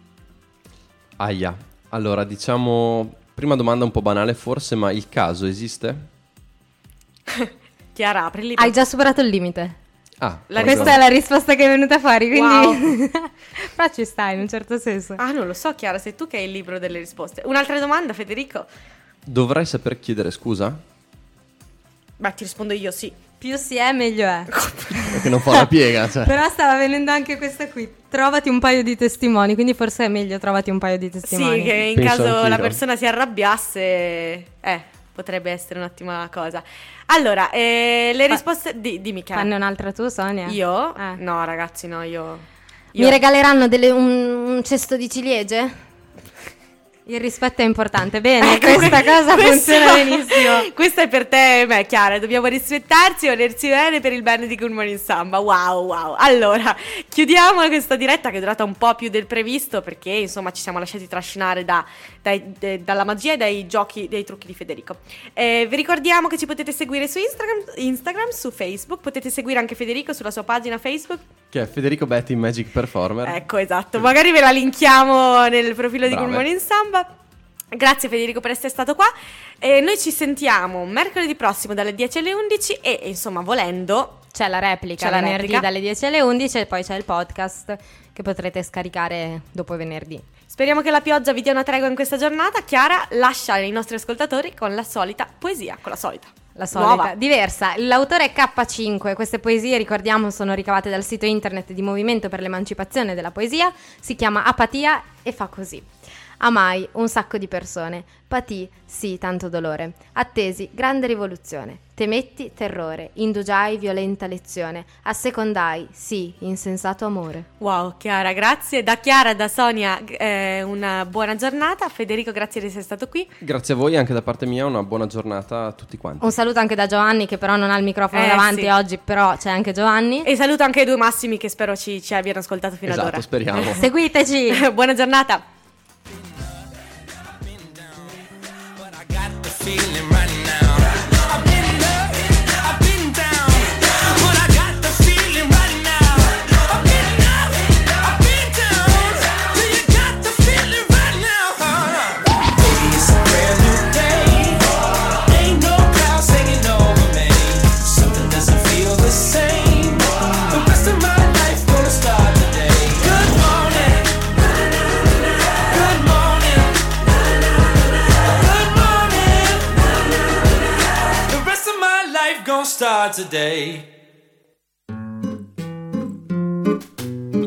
Aia. Allora, diciamo, prima domanda un po' banale forse, ma il caso esiste? Chiara, apri il Hai già superato il limite. Ah, Questa è la risposta che è venuta fuori, quindi Wow. però ci stai in un certo senso. Ah, non lo so, Chiara, sei tu che hai il libro delle risposte. Un'altra domanda, Federico? Dovrei saper chiedere scusa? Beh, ti rispondo io, sì. Più si è meglio è. Perché non fa la piega, cioè. Però stava venendo anche questa qui. Trovati un paio di testimoni, quindi forse è meglio trovati un paio di testimoni. Sì, che in Penso caso anch'io. la persona si arrabbiasse, potrebbe essere un'ottima cosa. Allora, le risposte... dimmi, Chiara. Fanne un'altra tu, Sonia? Io? Eh. No, ragazzi, no, io... Mi regaleranno un cesto di ciliegie? Il rispetto è importante. Bene, questa cosa funziona benissimo. Questa è per te, beh, Chiara, dobbiamo rispettarci e volersi bene per il bene di Good Morning Samba. Wow. Allora, chiudiamo questa diretta che è durata un po' più del previsto perché, insomma, ci siamo lasciati trascinare dalla magia e dai giochi, dei trucchi di Federico. Vi ricordiamo che ci potete seguire su Instagram, su Facebook, potete seguire anche Federico sulla sua pagina Facebook. Che è Federico Betti, Magic Performer. Ecco, esatto, magari ve la linkiamo nel profilo di Brave. Good Morning Samba. Grazie Federico per essere stato qua e noi ci sentiamo mercoledì prossimo dalle 10 alle 11 e insomma volendo C'è la replica C'è la venerdì replica. dalle 10 alle 11 e poi c'è il podcast che potrete scaricare dopo venerdì. speriamo che la pioggia vi dia una tregua in questa giornata. Chiara lascia i nostri ascoltatori con la solita poesia, con la solita Nuova, diversa. L'autore è K5, queste poesie, ricordiamo, sono ricavate dal sito internet di Movimento per l'Emancipazione della Poesia, si chiama Apatia e fa così. Amai un sacco di persone, patì, sì, tanto dolore, attesi, grande rivoluzione, temetti, terrore, indugiai, violenta lezione, assecondai, sì, insensato amore. Wow, Chiara, grazie. Da Chiara e da Sonia una buona giornata. Federico, grazie di essere stato qui. Grazie a voi, anche da parte mia una buona giornata a tutti quanti. Un saluto anche da Giovanni che però non ha il microfono davanti sì. oggi, però c'è anche Giovanni. E saluto anche i due Massimi che spero ci abbiano ascoltato fino ad Esatto, ora. speriamo. Seguiteci! Buona giornata. Feeling right now. I've been up, I've been down, but I got the feeling right now. I've been up, I've been down, till you got the feeling right now. Baby, it's a brand new day. Ain't no clouds hanging over me. Something doesn't feel the same. The rest of my life gonna start today. Good morning. Good morning. Good morning. The rest of my life gon' start today.